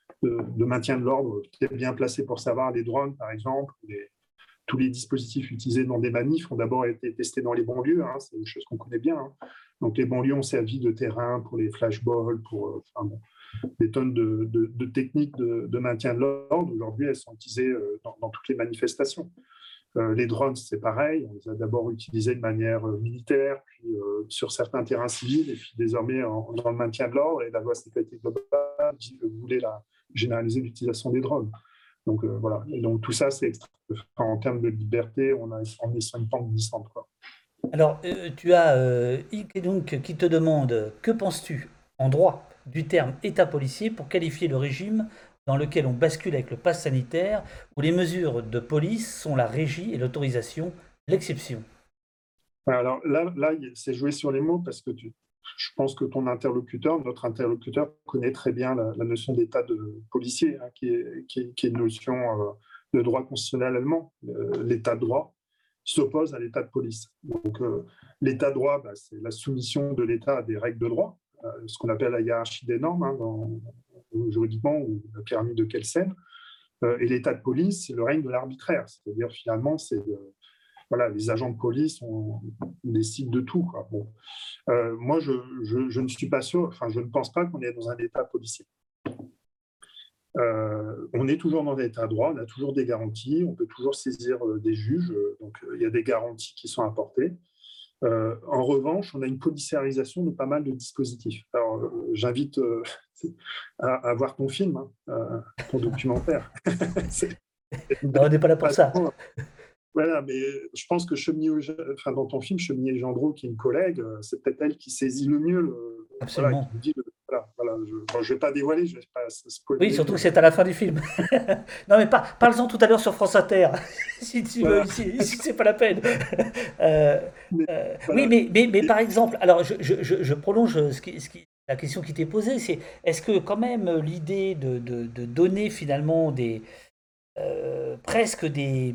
de, de maintien de l'ordre qui est bien placé pour savoir. Les drones, par exemple, les, tous les dispositifs utilisés dans des manifs ont d'abord été testés dans les banlieues, hein, c'est une chose qu'on connaît bien. Hein. Donc les banlieues ont servi de terrain pour les flashballs, pour euh, enfin, bon, des tonnes de, de, de techniques de, de maintien de l'ordre. Aujourd'hui, elles sont utilisées euh, dans, dans toutes les manifestations. Euh, les drones, c'est pareil. On les a d'abord utilisés de manière euh, militaire, puis euh, sur certains terrains civils, et puis désormais en, dans le maintien de l'ordre. Et la loi sécurité globale voulait la, généraliser l'utilisation des drones. Donc euh, voilà. Et donc tout ça, c'est extra... enfin, en termes de liberté, on, a, on est sur une pente glissante, quoi. Alors, euh, tu as euh, Ike donc qui te demande que penses-tu en droit du terme État policier pour qualifier le régime dans lequel on bascule avec le pass sanitaire, où les mesures de police sont la régie et l'autorisation, l'exception. Alors là, là c'est joué sur les mots parce que tu, je pense que ton interlocuteur, notre interlocuteur, connaît très bien la, la notion d'état de policier, hein, qui, est, qui, est, qui est une notion euh, de droit constitutionnel allemand. Euh, l'état de droit s'oppose à l'état de police. Donc euh, l'état de droit, bah, c'est la soumission de l'État à des règles de droit, euh, ce qu'on appelle la hiérarchie des normes, hein, dans, juridiquement, ou la pyramide de Kelsen. Euh, et l'état de police, c'est le règne de l'arbitraire. C'est-à-dire, finalement, c'est... Euh, voilà, les agents de police, on, on décide de tout, quoi. Bon. Euh, moi, je, je, je ne suis pas sûr, enfin, je ne pense pas qu'on est dans un état policier. Euh, on est toujours dans l'état de droit, on a toujours des garanties, on peut toujours saisir euh, des juges, euh, donc euh, il y a des garanties qui sont apportées. Euh, en revanche, on a une policiarisation de pas mal de dispositifs. Alors, euh, j'invite euh, à, à voir ton film, hein, euh, ton documentaire. C'est, non, on n'est pas là pour ça. Voilà, mais je pense que Chemillé, enfin, dans ton film, Chemillé Gendreau, qui est une collègue, c'est peut-être elle qui saisit le mieux. Le, Absolument. Voilà, qui dit, voilà, voilà, je ne vais pas dévoiler, je ne vais pas spoiler. Oui, surtout que c'est à la fin du film. Non, mais par, parle-en tout à l'heure sur France Inter, si tu voilà. veux, ici, ici c'est pas la peine. Euh, mais, euh, voilà. Oui, mais, mais, mais par exemple, alors je, je, je prolonge ce qui, ce qui, la question qui t'est posée, c'est est-ce que quand même l'idée de, de, de donner finalement des, euh, presque des...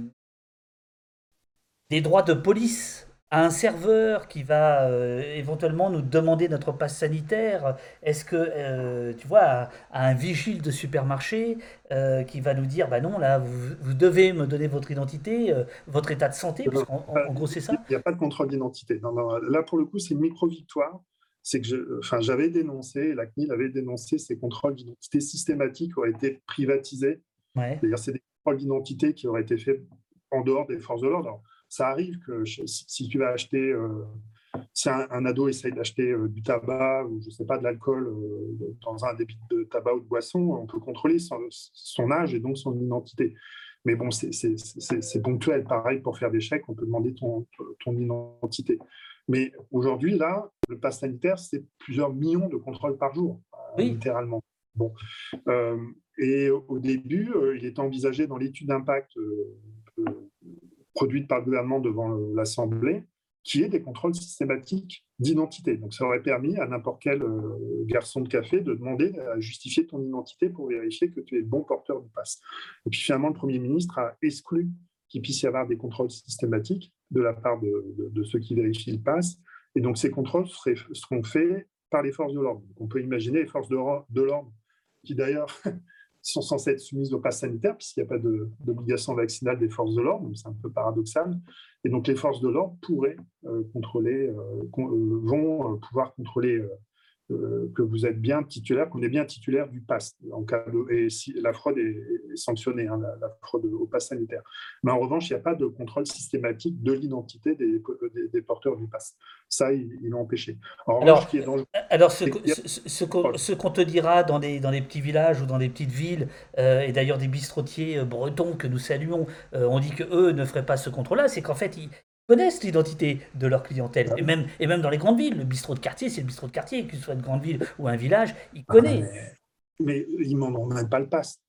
des droits de police à un serveur qui va euh, éventuellement nous demander notre passe sanitaire, est-ce que, euh, tu vois, à, à un vigile de supermarché euh, qui va nous dire, bah non, là, vous, vous devez me donner votre identité, euh, votre état de santé, parce qu'en en, en gros, c'est ça. Il n'y a pas de contrôle d'identité. Non, non, là, pour le coup, c'est une micro-victoire. C'est que je, enfin, j'avais dénoncé, la C N I L avait dénoncé ces contrôles d'identité systématiques qui auraient été privatisés. Ouais. C'est-à-dire, c'est des contrôles d'identité qui auraient été faits en dehors des forces de l'ordre. Alors, ça arrive que si tu vas acheter, euh, si un, un ado essaye d'acheter euh, du tabac ou je sais pas de l'alcool euh, dans un débit de tabac ou de boisson, on peut contrôler son, son âge et donc son identité. Mais bon, c'est ponctuel. Pareil, pour faire des chèques, on peut demander ton, ton identité. Mais aujourd'hui, là, le pass sanitaire, c'est plusieurs millions de contrôles par jour, oui. euh, littéralement. Bon. Euh, et au début, euh, il était envisagé dans l'étude d'impact euh, euh, produite par le gouvernement devant l'Assemblée, qui est des contrôles systématiques d'identité. Donc, ça aurait permis à n'importe quel euh, garçon de café de demander à justifier ton identité pour vérifier que tu es le bon porteur du pass. Et puis, finalement, le Premier ministre a exclu qu'il puisse y avoir des contrôles systématiques de la part de, de, de ceux qui vérifient le pass. Et donc, ces contrôles seraient, seront faits par les forces de l'ordre. On peut imaginer les forces de l'ordre qui, d'ailleurs, sont censées être soumises au pass sanitaire, puisqu'il n'y a pas d'obligation vaccinale des forces de l'ordre, donc c'est un peu paradoxal. Et donc, les forces de l'ordre pourraient euh, contrôler, euh, con, euh, vont euh, pouvoir contrôler euh, euh, que vous êtes bien titulaire, qu'on est bien titulaire du pass. En cas de, et si, la fraude est, est sanctionnée, hein, la, la fraude au pass sanitaire. Mais en revanche, il n'y a pas de contrôle systématique de l'identité des, des, des porteurs du pass. Ça, ils il l'ont empêché. En alors, revanche, ce qui est dangereux, alors ce, ce, ce, qu'on, ce qu'on te dira dans des, dans des petits villages ou dans des petites villes, euh, et d'ailleurs des bistrotiers bretons que nous saluons, euh, on dit qu'eux ne feraient pas ce contrôle-là, c'est qu'en fait, ils connaissent l'identité de leur clientèle. Et même, et même dans les grandes villes, le bistrot de quartier, c'est le bistrot de quartier, que ce soit une grande ville ou un village, il connaît. Mais, mais ils n'en ont même pas le pass.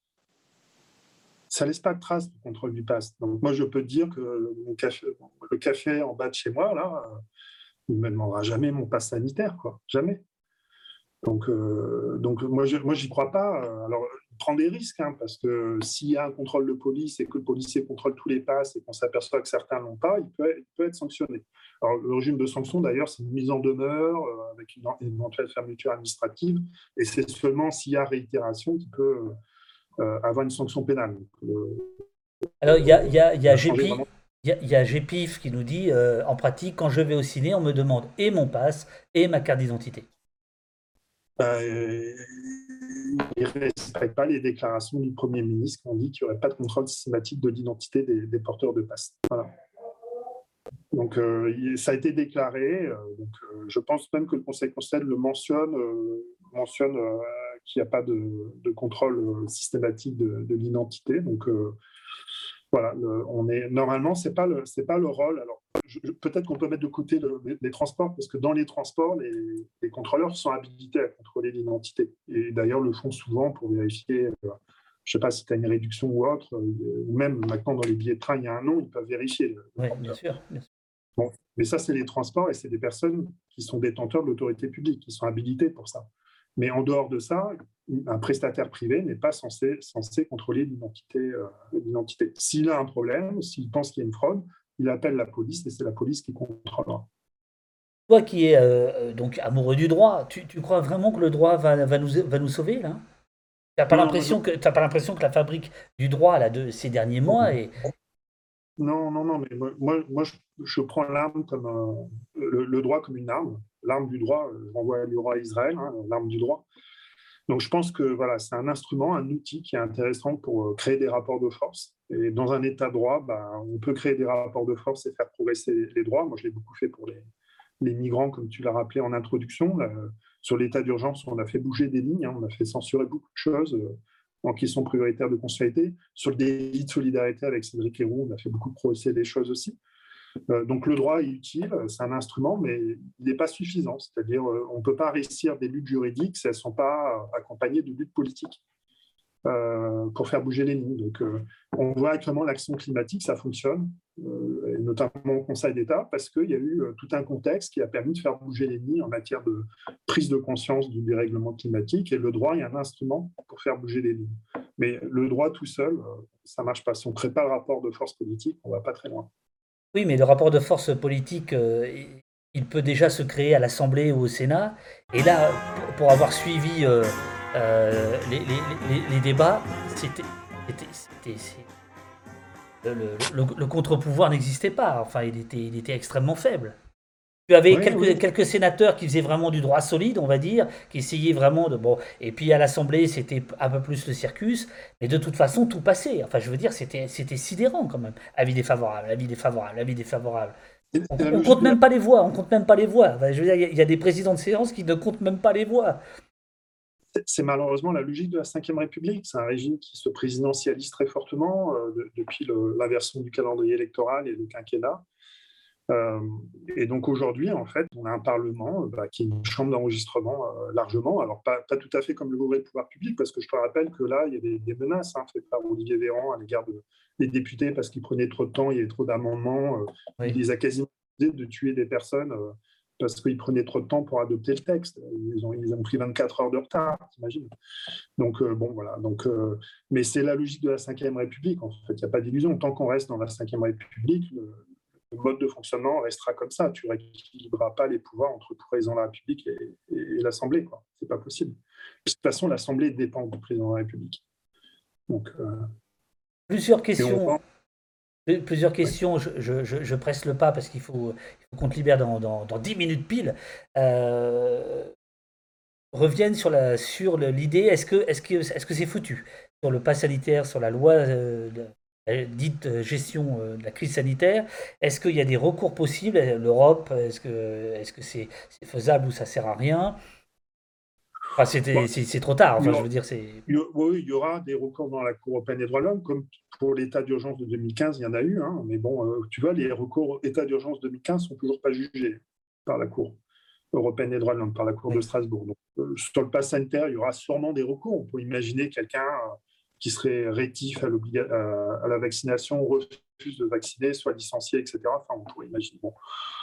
Ça ne laisse pas de trace du contrôle du pass. Donc moi, je peux te dire que mon café, le café en bas de chez moi, là, il ne me demandera jamais mon pass sanitaire, quoi. Jamais. Donc, euh, donc moi, je, moi, j'y crois pas. Alors, il prend des risques, hein, parce que s'il y a un contrôle de police et que le policier contrôle tous les passes et qu'on s'aperçoit que certains l'ont pas, il peut, il peut être sanctionné. Alors, le régime de sanction, d'ailleurs, c'est une mise en demeure euh, avec une, une éventuelle fermeture administrative, et c'est seulement s'il y a réitération qu'il peut euh, avoir une sanction pénale. Donc, euh, Alors, il y a, il y a, il y on a a changé Gépi, vraiment. il y a, il y a Gépif qui nous dit, euh, en pratique, quand je vais au ciné, on me demande et mon pass et ma carte d'identité. Euh, il ne respecte pas les déclarations du Premier ministre qui ont dit qu'il n'y aurait pas de contrôle systématique de l'identité des, des porteurs de passe. Voilà. Donc, euh, il- ça a été déclaré. Euh, donc, euh, je pense même que le Conseil constitutionnel le mentionne, euh, mentionne euh, qu'il n'y a pas de, de contrôle euh, systématique de, de l'identité. Donc, euh, voilà, le- on est normalement, c'est pas le, c'est pas le rôle. Alors, je- je- peut-être qu'on peut mettre de côté le- les, les transports, parce que dans les transports, les, les contrôleurs sont habilités à contrôler l'identité. Et d'ailleurs, le font souvent pour vérifier. Euh, je ne sais pas si tu as une réduction ou autre, euh, ou même maintenant dans les billets de train, il y a un nom, ils peuvent vérifier le, le Oui, bien porteur. sûr, bien sûr. Bon, mais ça, c'est les transports et c'est des personnes qui sont détenteurs de l'autorité publique, qui sont habilitées pour ça. Mais en dehors de ça, un prestataire privé n'est pas censé, censé contrôler l'identité, euh, l'identité. S'il a un problème, s'il pense qu'il y a une fraude, il appelle la police et c'est la police qui contrôlera. Toi qui es euh, euh, donc amoureux du droit, tu, tu crois vraiment que le droit va, va nous, va nous sauver là? T'as pas Non, non, moi, je... l'impression que t'as pas l'impression que la fabrique du droit là de ces derniers mois est non, non, non, mais moi, moi, moi, je, je prends l'arme comme un- le, le droit comme une arme. L'arme du droit, je renvoie le roi Israël, hein, l'arme du droit. Donc je pense que voilà, c'est un instrument, un outil qui est intéressant pour euh, créer des rapports de force. Et dans un État de droit, bah, on peut créer des rapports de force et faire progresser les droits. Moi, je l'ai beaucoup fait pour les, les migrants, comme tu l'as rappelé en introduction. Là, sur l'état d'urgence, on a fait bouger des lignes, hein, on a fait censurer beaucoup de choses euh, en question prioritaire de consularité. Sur le délit de solidarité avec Cédric Héroux, on a fait beaucoup progresser des choses aussi. Euh, donc le droit est utile, c'est un instrument, mais il n'est pas suffisant. C'est-à-dire, euh, on ne peut pas réussir des luttes juridiques si elles ne sont pas accompagnées de luttes politiques euh, pour faire bouger les lignes. Donc, euh, on voit actuellement l'action climatique, ça fonctionne, euh, et notamment au Conseil d'État, parce qu'il y a eu euh, tout un contexte qui a permis de faire bouger les lignes en matière de prise de conscience du dérèglement climatique. Et le droit est un instrument pour faire bouger les lignes. Mais le droit tout seul, euh, ça ne marche pas. Si on ne crée pas le rapport de force politique, on ne va pas très loin. oui, mais le rapport de force politique, euh, il il peut déjà se créer à l'Assemblée ou au Sénat. Et là, pour, pour avoir suivi euh, euh, les, les- les- les débats, c'était, c'était- c'était- c'est- le, le- le- le contre-pouvoir n'existait pas. Enfin, il était, il était extrêmement faible. Tu avais Oui, oui. quelques, quelques sénateurs qui faisaient vraiment du droit solide, on va dire, qui essayaient vraiment de... Bon, et puis à l'Assemblée, c'était un peu plus le circus, mais de toute façon, tout passait. Enfin, je veux dire, c'était, c'était sidérant quand même. Avis défavorable, avis défavorable, avis défavorable. C'est On, la on logique compte de la... même pas les voix, on compte même pas les voix. Enfin, je veux dire, il y, a il y a des présidents de séance qui ne comptent même pas les voix. C'est malheureusement la logique de la Ve République. C'est un régime qui se présidentialise très fortement euh, de- depuis le- l'inversion du calendrier électoral et le quinquennat. Euh, et donc aujourd'hui, en fait, on a un Parlement euh, bah, qui est une chambre d'enregistrement euh, largement. Alors pas, pas tout à fait comme le gouvernement de pouvoir public, parce que je te rappelle que là, il y a des, des menaces hein, faites par Olivier Véran à l'égard de, des députés parce qu'ils prenaient trop de temps, il y avait trop d'amendements. Euh, il Oui. les a quasiment accusés de tuer des personnes euh, parce qu'ils prenaient trop de temps pour adopter le texte. Ils ont, ils ont pris vingt-quatre heures de retard, t'imagines. Donc euh, bon, voilà. Donc, euh, mais c'est la logique de la Ve République. En fait, il n'y a pas d'illusion. Tant qu'on reste dans la Ve République, le, le mode de fonctionnement restera comme ça. Tu rééquilibreras pas les pouvoirs entre le président de la République et, et, et l'Assemblée. Ce n'est pas possible. De toute façon, l'Assemblée dépend du président de la République. Donc, euh, Plusieurs et on questions. voit, Plusieurs ouais. questions, je, je- je- je presse le pas parce qu'il faut, il faut qu'on te libère dans, dans, dans dix minutes pile. Euh, reviennent sur la sur le- l'idée, est-ce que est-ce que est-ce que c'est foutu sur le pass sanitaire, sur la loi euh, de- la dite euh, gestion euh, de la crise sanitaire, est-ce qu'il y a des recours possibles? L'Europe, est-ce que est-ce que c'est c'est faisable ou ça sert à rien? Enfin, Bon, c'était c'est c'est trop tard. il y Enfin, je aura, veux dire, c'est il y aura- oui, il y aura des recours dans la Cour européenne des droits de l'homme, comme pour l'état d'urgence de deux mille quinze, il y en a eu. Hein, mais bon, euh, tu vois, les recours au état d'urgence deux mille quinze sont toujours pas jugés par la Cour européenne des droits de l'homme, par la Cour de oui. Strasbourg. Donc, euh, sur le pass sanitaire, il y aura sûrement des recours. On peut imaginer quelqu'un euh, qui serait rétif à, l'obliga- à- à la vaccination, refuse de vacciner, soit licencié, et cetera. Enfin, on pourrait imaginer. Bon.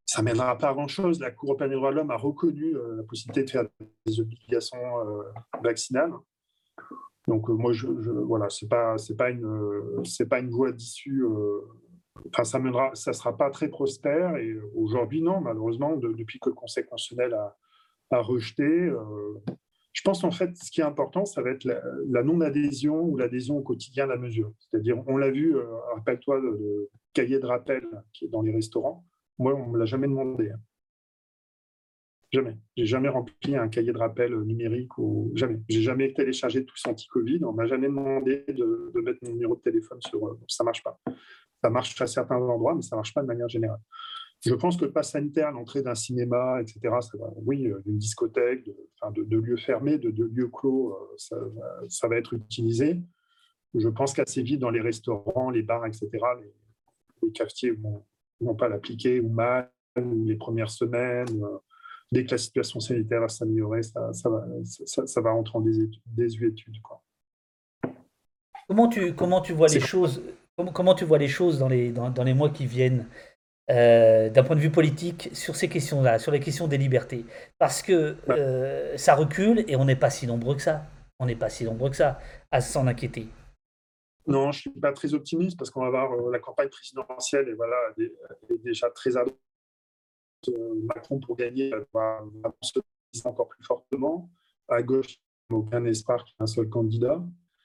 ça ne mènera pas à grand-chose. La Cour européenne des droits de l'homme a reconnu euh, la possibilité de faire des obligations euh, vaccinales. Donc, euh, moi, je, je, voilà, ce n'est pas, c'est pas, une, c'est pas une voie d'issue. Euh, enfin, ça ne ça sera pas très prospère. Et aujourd'hui, non, malheureusement, de, depuis que le Conseil constitutionnel a, a rejeté, euh, je pense en fait, ce qui est important, ça va être la, la non-adhésion ou l'adhésion au quotidien à la mesure. C'est-à-dire, on l'a vu, euh, rappelle-toi, le, le cahier de rappel qui est dans les restaurants. Moi, on ne me l'a jamais demandé. Hein. Jamais. J'ai jamais rempli un cahier de rappel numérique ou jamais. J'ai jamais téléchargé tous anti-Covid. On m'a jamais demandé de, de mettre mon numéro de téléphone sur. Euh, ça marche pas. Ça marche à certains endroits, mais ça marche pas de manière générale. Je pense que le pass sanitaire, l'entrée d'un cinéma, et cetera, ça va, oui, d'une discothèque, de, enfin de, de lieux fermés, de, de lieux clos, ça, ça va être utilisé. Je pense qu'assez vite dans les restaurants, les bars, et cetera, les, les cafetiers vont, vont pas l'appliquer ou mal, ou les premières semaines. Dès que la situation sanitaire va s'améliorer, ça, ça, va, ça, ça va entrer en désuétude. Quoi. Comment tu, comment tu vois les choses, comment, comment tu vois les choses dans les, dans, dans les mois qui viennent euh, d'un point de vue politique sur ces questions-là, sur les questions des libertés? Parce que euh, ça recule et on n'est pas si nombreux que ça. On n'est pas si nombreux que ça à s'en inquiéter. Non, je ne suis pas très optimiste parce qu'on va voir euh, la campagne présidentielle et voilà, est, est déjà très adroite. Macron, pour gagner, va se positionner encore plus fortement. À gauche, il n'y a aucun espoir qu'il y ait un seul candidat.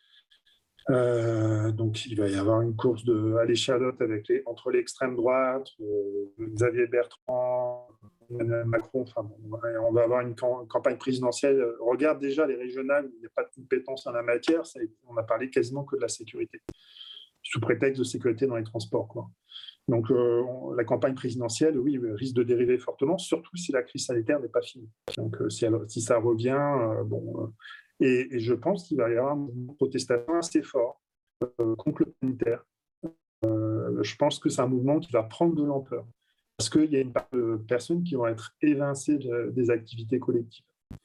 Euh, donc, il va y avoir une course de, à l'échalote avec les, entre l'extrême droite, euh, Xavier Bertrand, Emmanuel Macron. Enfin, bon, on va avoir une campagne présidentielle. Regarde déjà les régionales, il n'y a pas de compétences en la matière. Ça, on a parlé quasiment que de la sécurité, sous prétexte de sécurité dans les transports, quoi. Donc, euh, on, la campagne présidentielle, oui, risque de dériver fortement, surtout si la crise sanitaire n'est pas finie. Donc, euh, si, elle, si ça revient, euh, bon, euh, et, et je pense qu'il va y avoir une protestation assez fort euh, contre le sanitaire. Euh, je pense que c'est un mouvement qui va prendre de l'ampleur, parce qu'il y a une part de personnes qui vont être évincées de, des activités collectives.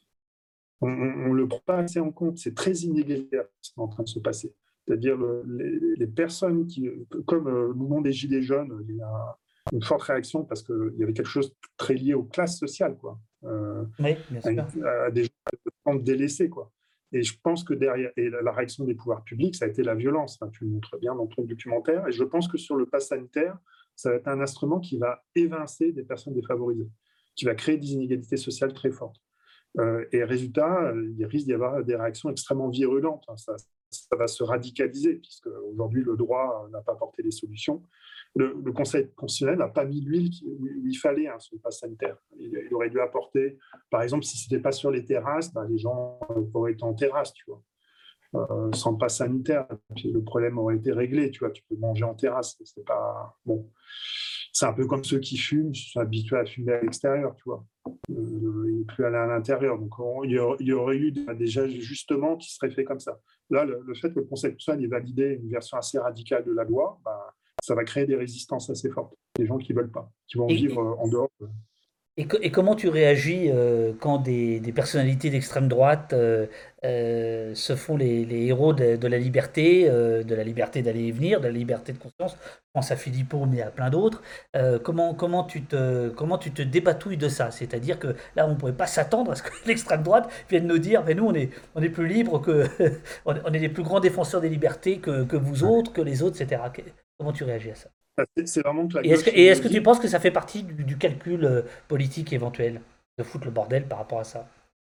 On ne le prend pas assez en compte, c'est très inégalitaire ce qui est en train de se passer. C'est-à-dire le, les, les personnes qui, comme euh, le mouvement des Gilets jaunes, il y a une forte réaction parce qu'il y avait quelque chose de très lié aux classes sociales, quoi. Euh, oui, bien sûr. À, à des gens délaissés, quoi. Et je pense que derrière, et la, la réaction des pouvoirs publics, ça a été la violence. Enfin, tu le montres bien dans ton documentaire. Et je pense que sur le pass sanitaire, ça va être un instrument qui va évincer des personnes défavorisées, qui va créer des inégalités sociales très fortes. Euh, et résultat, il risque d'y avoir des réactions extrêmement virulentes. Ça, ça va se radicaliser, puisque aujourd'hui le droit n'a pas apporté les solutions. Le, le Conseil constitutionnel n'a pas mis l'huile où il fallait hein, sur le pass sanitaire. Il, il aurait dû apporter, par exemple, si ce n'était pas sur les terrasses, ben, les gens auraient été en terrasse, tu vois, euh, sans le pass sanitaire. Puis le problème aurait été réglé, tu vois, tu peux manger en terrasse. C'est pas bon. C'est un peu comme ceux qui fument, ils sont habitués à fumer à l'extérieur, tu vois. Euh, et plus aller à l'intérieur. Donc, on, il, y aurait, il y aurait eu des ajustements qui seraient faits comme ça. Là, le, le fait que le Conseil constitutionnel ait validé une version assez radicale de la loi, ben, ça va créer des résistances assez fortes. Des gens qui ne veulent pas, qui vont Et, vivre en dehors. Et, et comment tu réagis euh, quand des, des personnalités d'extrême droite euh, euh, se font les, les héros de, de la liberté, euh, de la liberté d'aller et venir, de la liberté de conscience? Je pense à Philippot, mais à plein d'autres. Euh, comment, comment, tu te, comment tu te dépatouilles de ça? C'est-à-dire que là, on ne pourrait pas s'attendre à ce que l'extrême droite vienne nous dire, mais nous, on est, on est plus libres que, on est les plus grands défenseurs des libertés que, que vous autres, que les autres, et cetera. Comment tu réagis à ça? C'est vraiment que la Et est-ce que, gauche et est-ce que tu dit... penses que ça fait partie du, du calcul euh, politique éventuel de foutre le bordel par rapport à ça?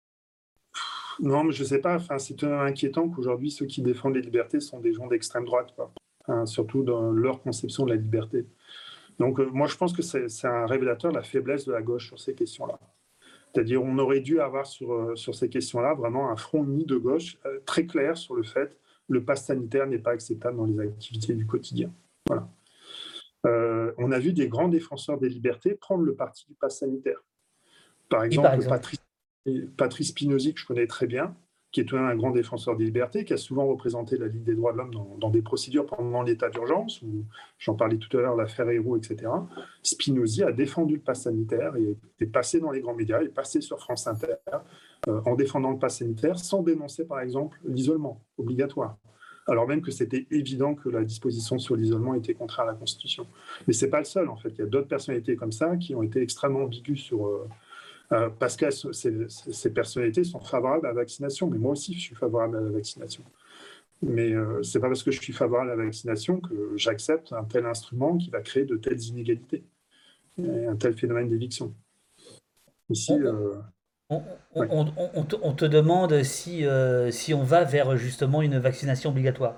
Non, mais je ne sais pas. Enfin, c'est inquiétant qu'aujourd'hui, ceux qui défendent les libertés sont des gens d'extrême droite, quoi. Enfin, surtout dans leur conception de la liberté. Donc, euh, moi, je pense que c'est un révélateur de la faiblesse de la gauche sur ces questions-là. C'est-à-dire, on aurait dû avoir sur, euh, sur ces questions-là vraiment un front uni de gauche euh, très clair sur le fait que le pass sanitaire n'est pas acceptable dans les activités du quotidien. Voilà. Euh, on a vu des grands défenseurs des libertés prendre le parti du pass sanitaire. Par exemple, par exemple. Patrice, Patrice Spinozzi, que je connais très bien, qui est un grand défenseur des libertés, qui a souvent représenté la Ligue des droits de l'homme dans, dans des procédures pendant l'état d'urgence, où j'en parlais tout à l'heure, l'affaire Héroux, et cetera. Spinozzi a défendu le pass sanitaire et est passé dans les grands médias, est passé sur France Inter euh, en défendant le pass sanitaire, sans dénoncer, par exemple, l'isolement obligatoire. alors même que c'était évident que la disposition sur l'isolement était contraire à la Constitution. Mais c'est pas le seul, en fait. Il y a d'autres personnalités comme ça qui ont été extrêmement ambiguës sur... Euh, euh, parce que ces, ces personnalités sont favorables à la vaccination. Mais moi aussi, je suis favorable à la vaccination. Mais euh, c'est pas parce que je suis favorable à la vaccination que j'accepte un tel instrument qui va créer de telles inégalités et un tel phénomène d'éviction. Ici... On, Euh, on- on- ouais. on- on- on te, on te demande si, euh, si on va vers justement une vaccination obligatoire.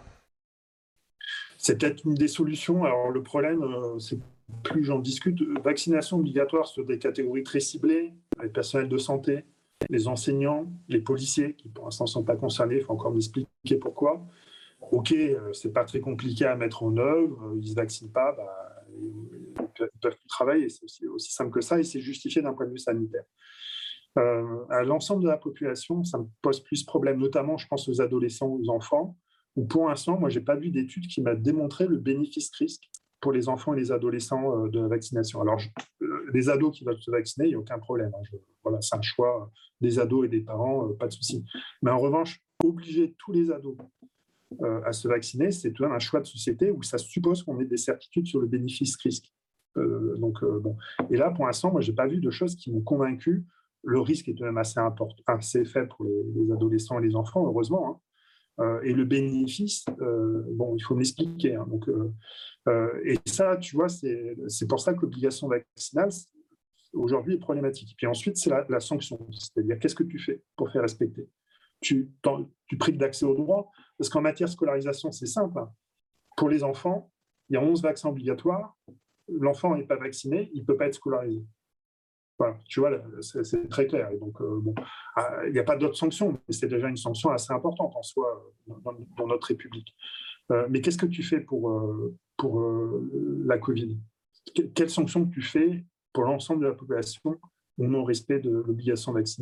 C'est peut-être une des solutions. Alors le problème, euh, c'est plus j'en discute, vaccination obligatoire sur des catégories très ciblées, les personnels de santé, les enseignants, les policiers, qui pour l'instant ne sont pas concernés, il faut encore m'expliquer pourquoi. Ok, euh, c'est pas très compliqué à mettre en œuvre, ils ne se vaccinent pas, bah, ils peuvent plus travailler, c'est aussi, aussi simple que ça, et c'est justifié d'un point de vue sanitaire. Euh, à l'ensemble de la population, ça me pose plus problème, notamment je pense aux adolescents, aux enfants, où pour l'instant, moi, je n'ai pas vu d'étude qui m'a démontré le bénéfice-risque pour les enfants et les adolescents euh, de la vaccination. Alors, je, euh, les ados qui veulent se vacciner, il n'y a aucun problème. Hein. Je, voilà, c'est un choix des ados et des parents, euh, pas de souci. Mais en revanche, obliger tous les ados euh, à se vacciner, c'est tout de même un choix de société où ça suppose qu'on ait des certitudes sur le bénéfice-risque. Euh, donc, euh, bon. Et là, pour l'instant, moi, je n'ai pas vu de choses qui m'ont convaincu. Le risque est tout de même assez, important, assez faible pour les, les adolescents et les enfants, heureusement. Hein. Euh, et le bénéfice, euh, bon, il faut m'expliquer. Hein, donc, euh, euh, et ça, tu vois, c'est, c'est pour ça que l'obligation vaccinale, aujourd'hui, est problématique. Et puis ensuite, c'est la, la sanction. C'est-à-dire, qu'est-ce que tu fais pour faire respecter tu, tu prives d'accès au droit. Parce qu'en matière de scolarisation, c'est simple. Hein. Pour les enfants, il y a onze vaccins obligatoires. L'enfant n'est pas vacciné, il ne peut pas être scolarisé. Voilà, tu vois, c'est, c'est très clair. Et donc, euh, bon, il n'y a pas d'autres sanctions, mais c'est déjà une sanction assez importante en soi dans, dans notre République. Euh, mais qu'est-ce que tu fais pour, euh, pour euh, la Covid ? Quelles sanctions tu fais pour l'ensemble de la population au non-respect de l'obligation vaccinale ?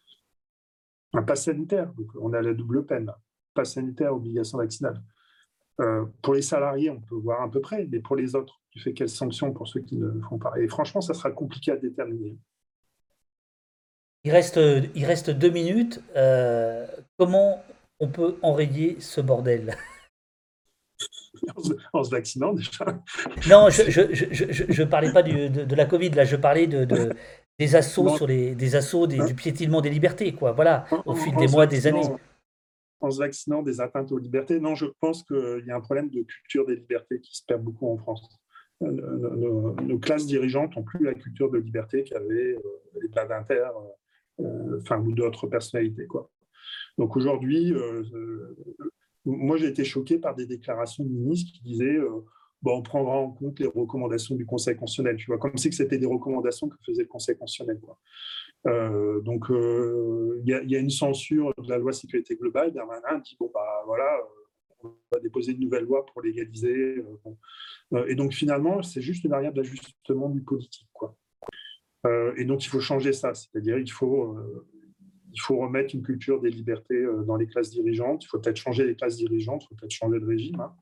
Un pass sanitaire, donc on a la double peine. Pass sanitaire, obligation vaccinale. Euh, pour les salariés, on peut voir à peu près, mais pour les autres, tu fais quelles sanctions pour ceux qui ne le font pas ? Et franchement, ça sera compliqué à déterminer. Il reste, il reste deux minutes. Euh, comment on peut enrayer ce bordel? En se, en se vaccinant déjà. Non, je je, je, je, je parlais pas du, de, de la Covid, là, je parlais de, de des assauts Non, sur les des assauts des, du piétinement des libertés, quoi. Voilà, en, au fil en, des en se mois, des années. vaccinant, en se vaccinant des atteintes aux libertés, non, je pense qu'il y a un problème de culture des libertés qui se perd beaucoup en France. Nos, nos, nos classes dirigeantes n'ont plus la culture de liberté qu'avaient euh, les Badinter, euh, enfin, ou d'autres personnalités, quoi. Donc aujourd'hui, euh, euh, moi j'ai été choqué par des déclarations de ministres qui disaient euh, bon, on prendra en compte les recommandations du Conseil constitutionnel, tu vois, comme si c'était des recommandations que faisait le Conseil constitutionnel, quoi. Euh, donc il euh, y, y a une censure de la loi sécurité globale. Darmanin dit bon bah voilà, euh, on va déposer une nouvelle loi pour légaliser. Euh, bon. euh, et donc finalement, c'est juste une variable d'ajustement du politique, quoi. Euh, et donc il faut changer ça, c'est-à-dire il faut euh, il faut remettre une culture des libertés dans les classes dirigeantes. Il faut peut-être changer les classes dirigeantes, il faut peut-être changer de régime. Hein.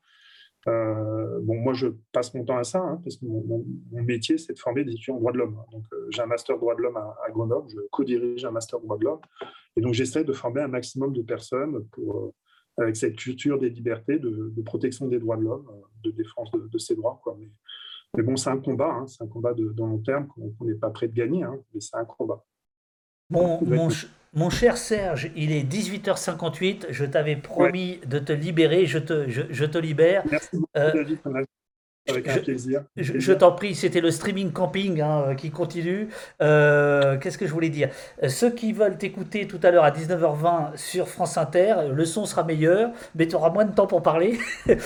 Euh, bon, moi, je passe mon temps à ça, hein, parce que mon, mon, mon métier, c'est de former des étudiants en droit de l'homme. Donc, euh, j'ai un master droit de l'homme à, à Grenoble, je co-dirige un master droit de l'homme. Et donc, j'essaie de former un maximum de personnes pour, euh, avec cette culture des libertés, de, de protection des droits de l'homme, de défense de, de ces droits, quoi. Mais, mais bon, c'est un combat, hein, c'est un combat de, de long terme qu'on n'est pas prêt de gagner, hein, mais c'est un combat. Mon, mon, mon cher Serge, il est dix-huit heures cinquante-huit. Je t'avais promis ouais. de te libérer. Je te, je, je te libère. Merci beaucoup, euh, David. Avec un je, plaisir. Un je, plaisir. je t'en prie, c'était le streaming camping hein, qui continue. Euh, Qu'est-ce que je voulais dire? Ceux qui veulent t'écouter tout à l'heure à dix-neuf heures vingt sur France Inter, le son sera meilleur, mais tu auras moins de temps pour parler.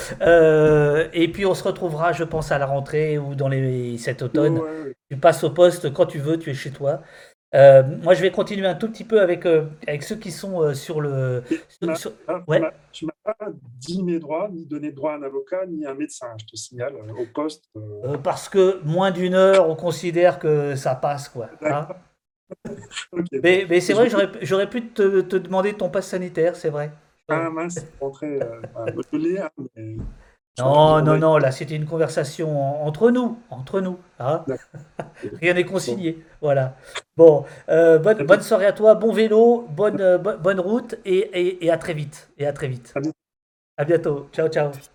euh, et puis on se retrouvera, je pense, à la rentrée ou dans les, cet automne. Oh, ouais, ouais. Tu passes au poste quand tu veux, tu es chez toi. Euh, moi, je vais continuer un tout petit peu avec, euh, avec ceux qui sont euh, sur le. Sur, sur... Ouais. Tu ne m'as pas dit mes droits, ni donné de droit à un avocat, ni à un médecin, je te signale, euh, au poste. Euh... Euh, parce que moins d'une heure, on considère que ça passe, quoi. Hein okay, mais bon. mais c'est vrai, j'aurais, j'aurais pu te, te demander ton passe sanitaire, c'est vrai. Ah mince, rentré, euh, je l'ai, hein, mais... Non, non, non, là c'était une conversation entre nous, entre nous. Hein Rien n'est consigné. Bon. Voilà. Bon, euh, bonne, bonne soirée à toi, bon vélo, bonne, bonne route et, et, et à très vite. Et à très vite. À bientôt. Ciao, ciao.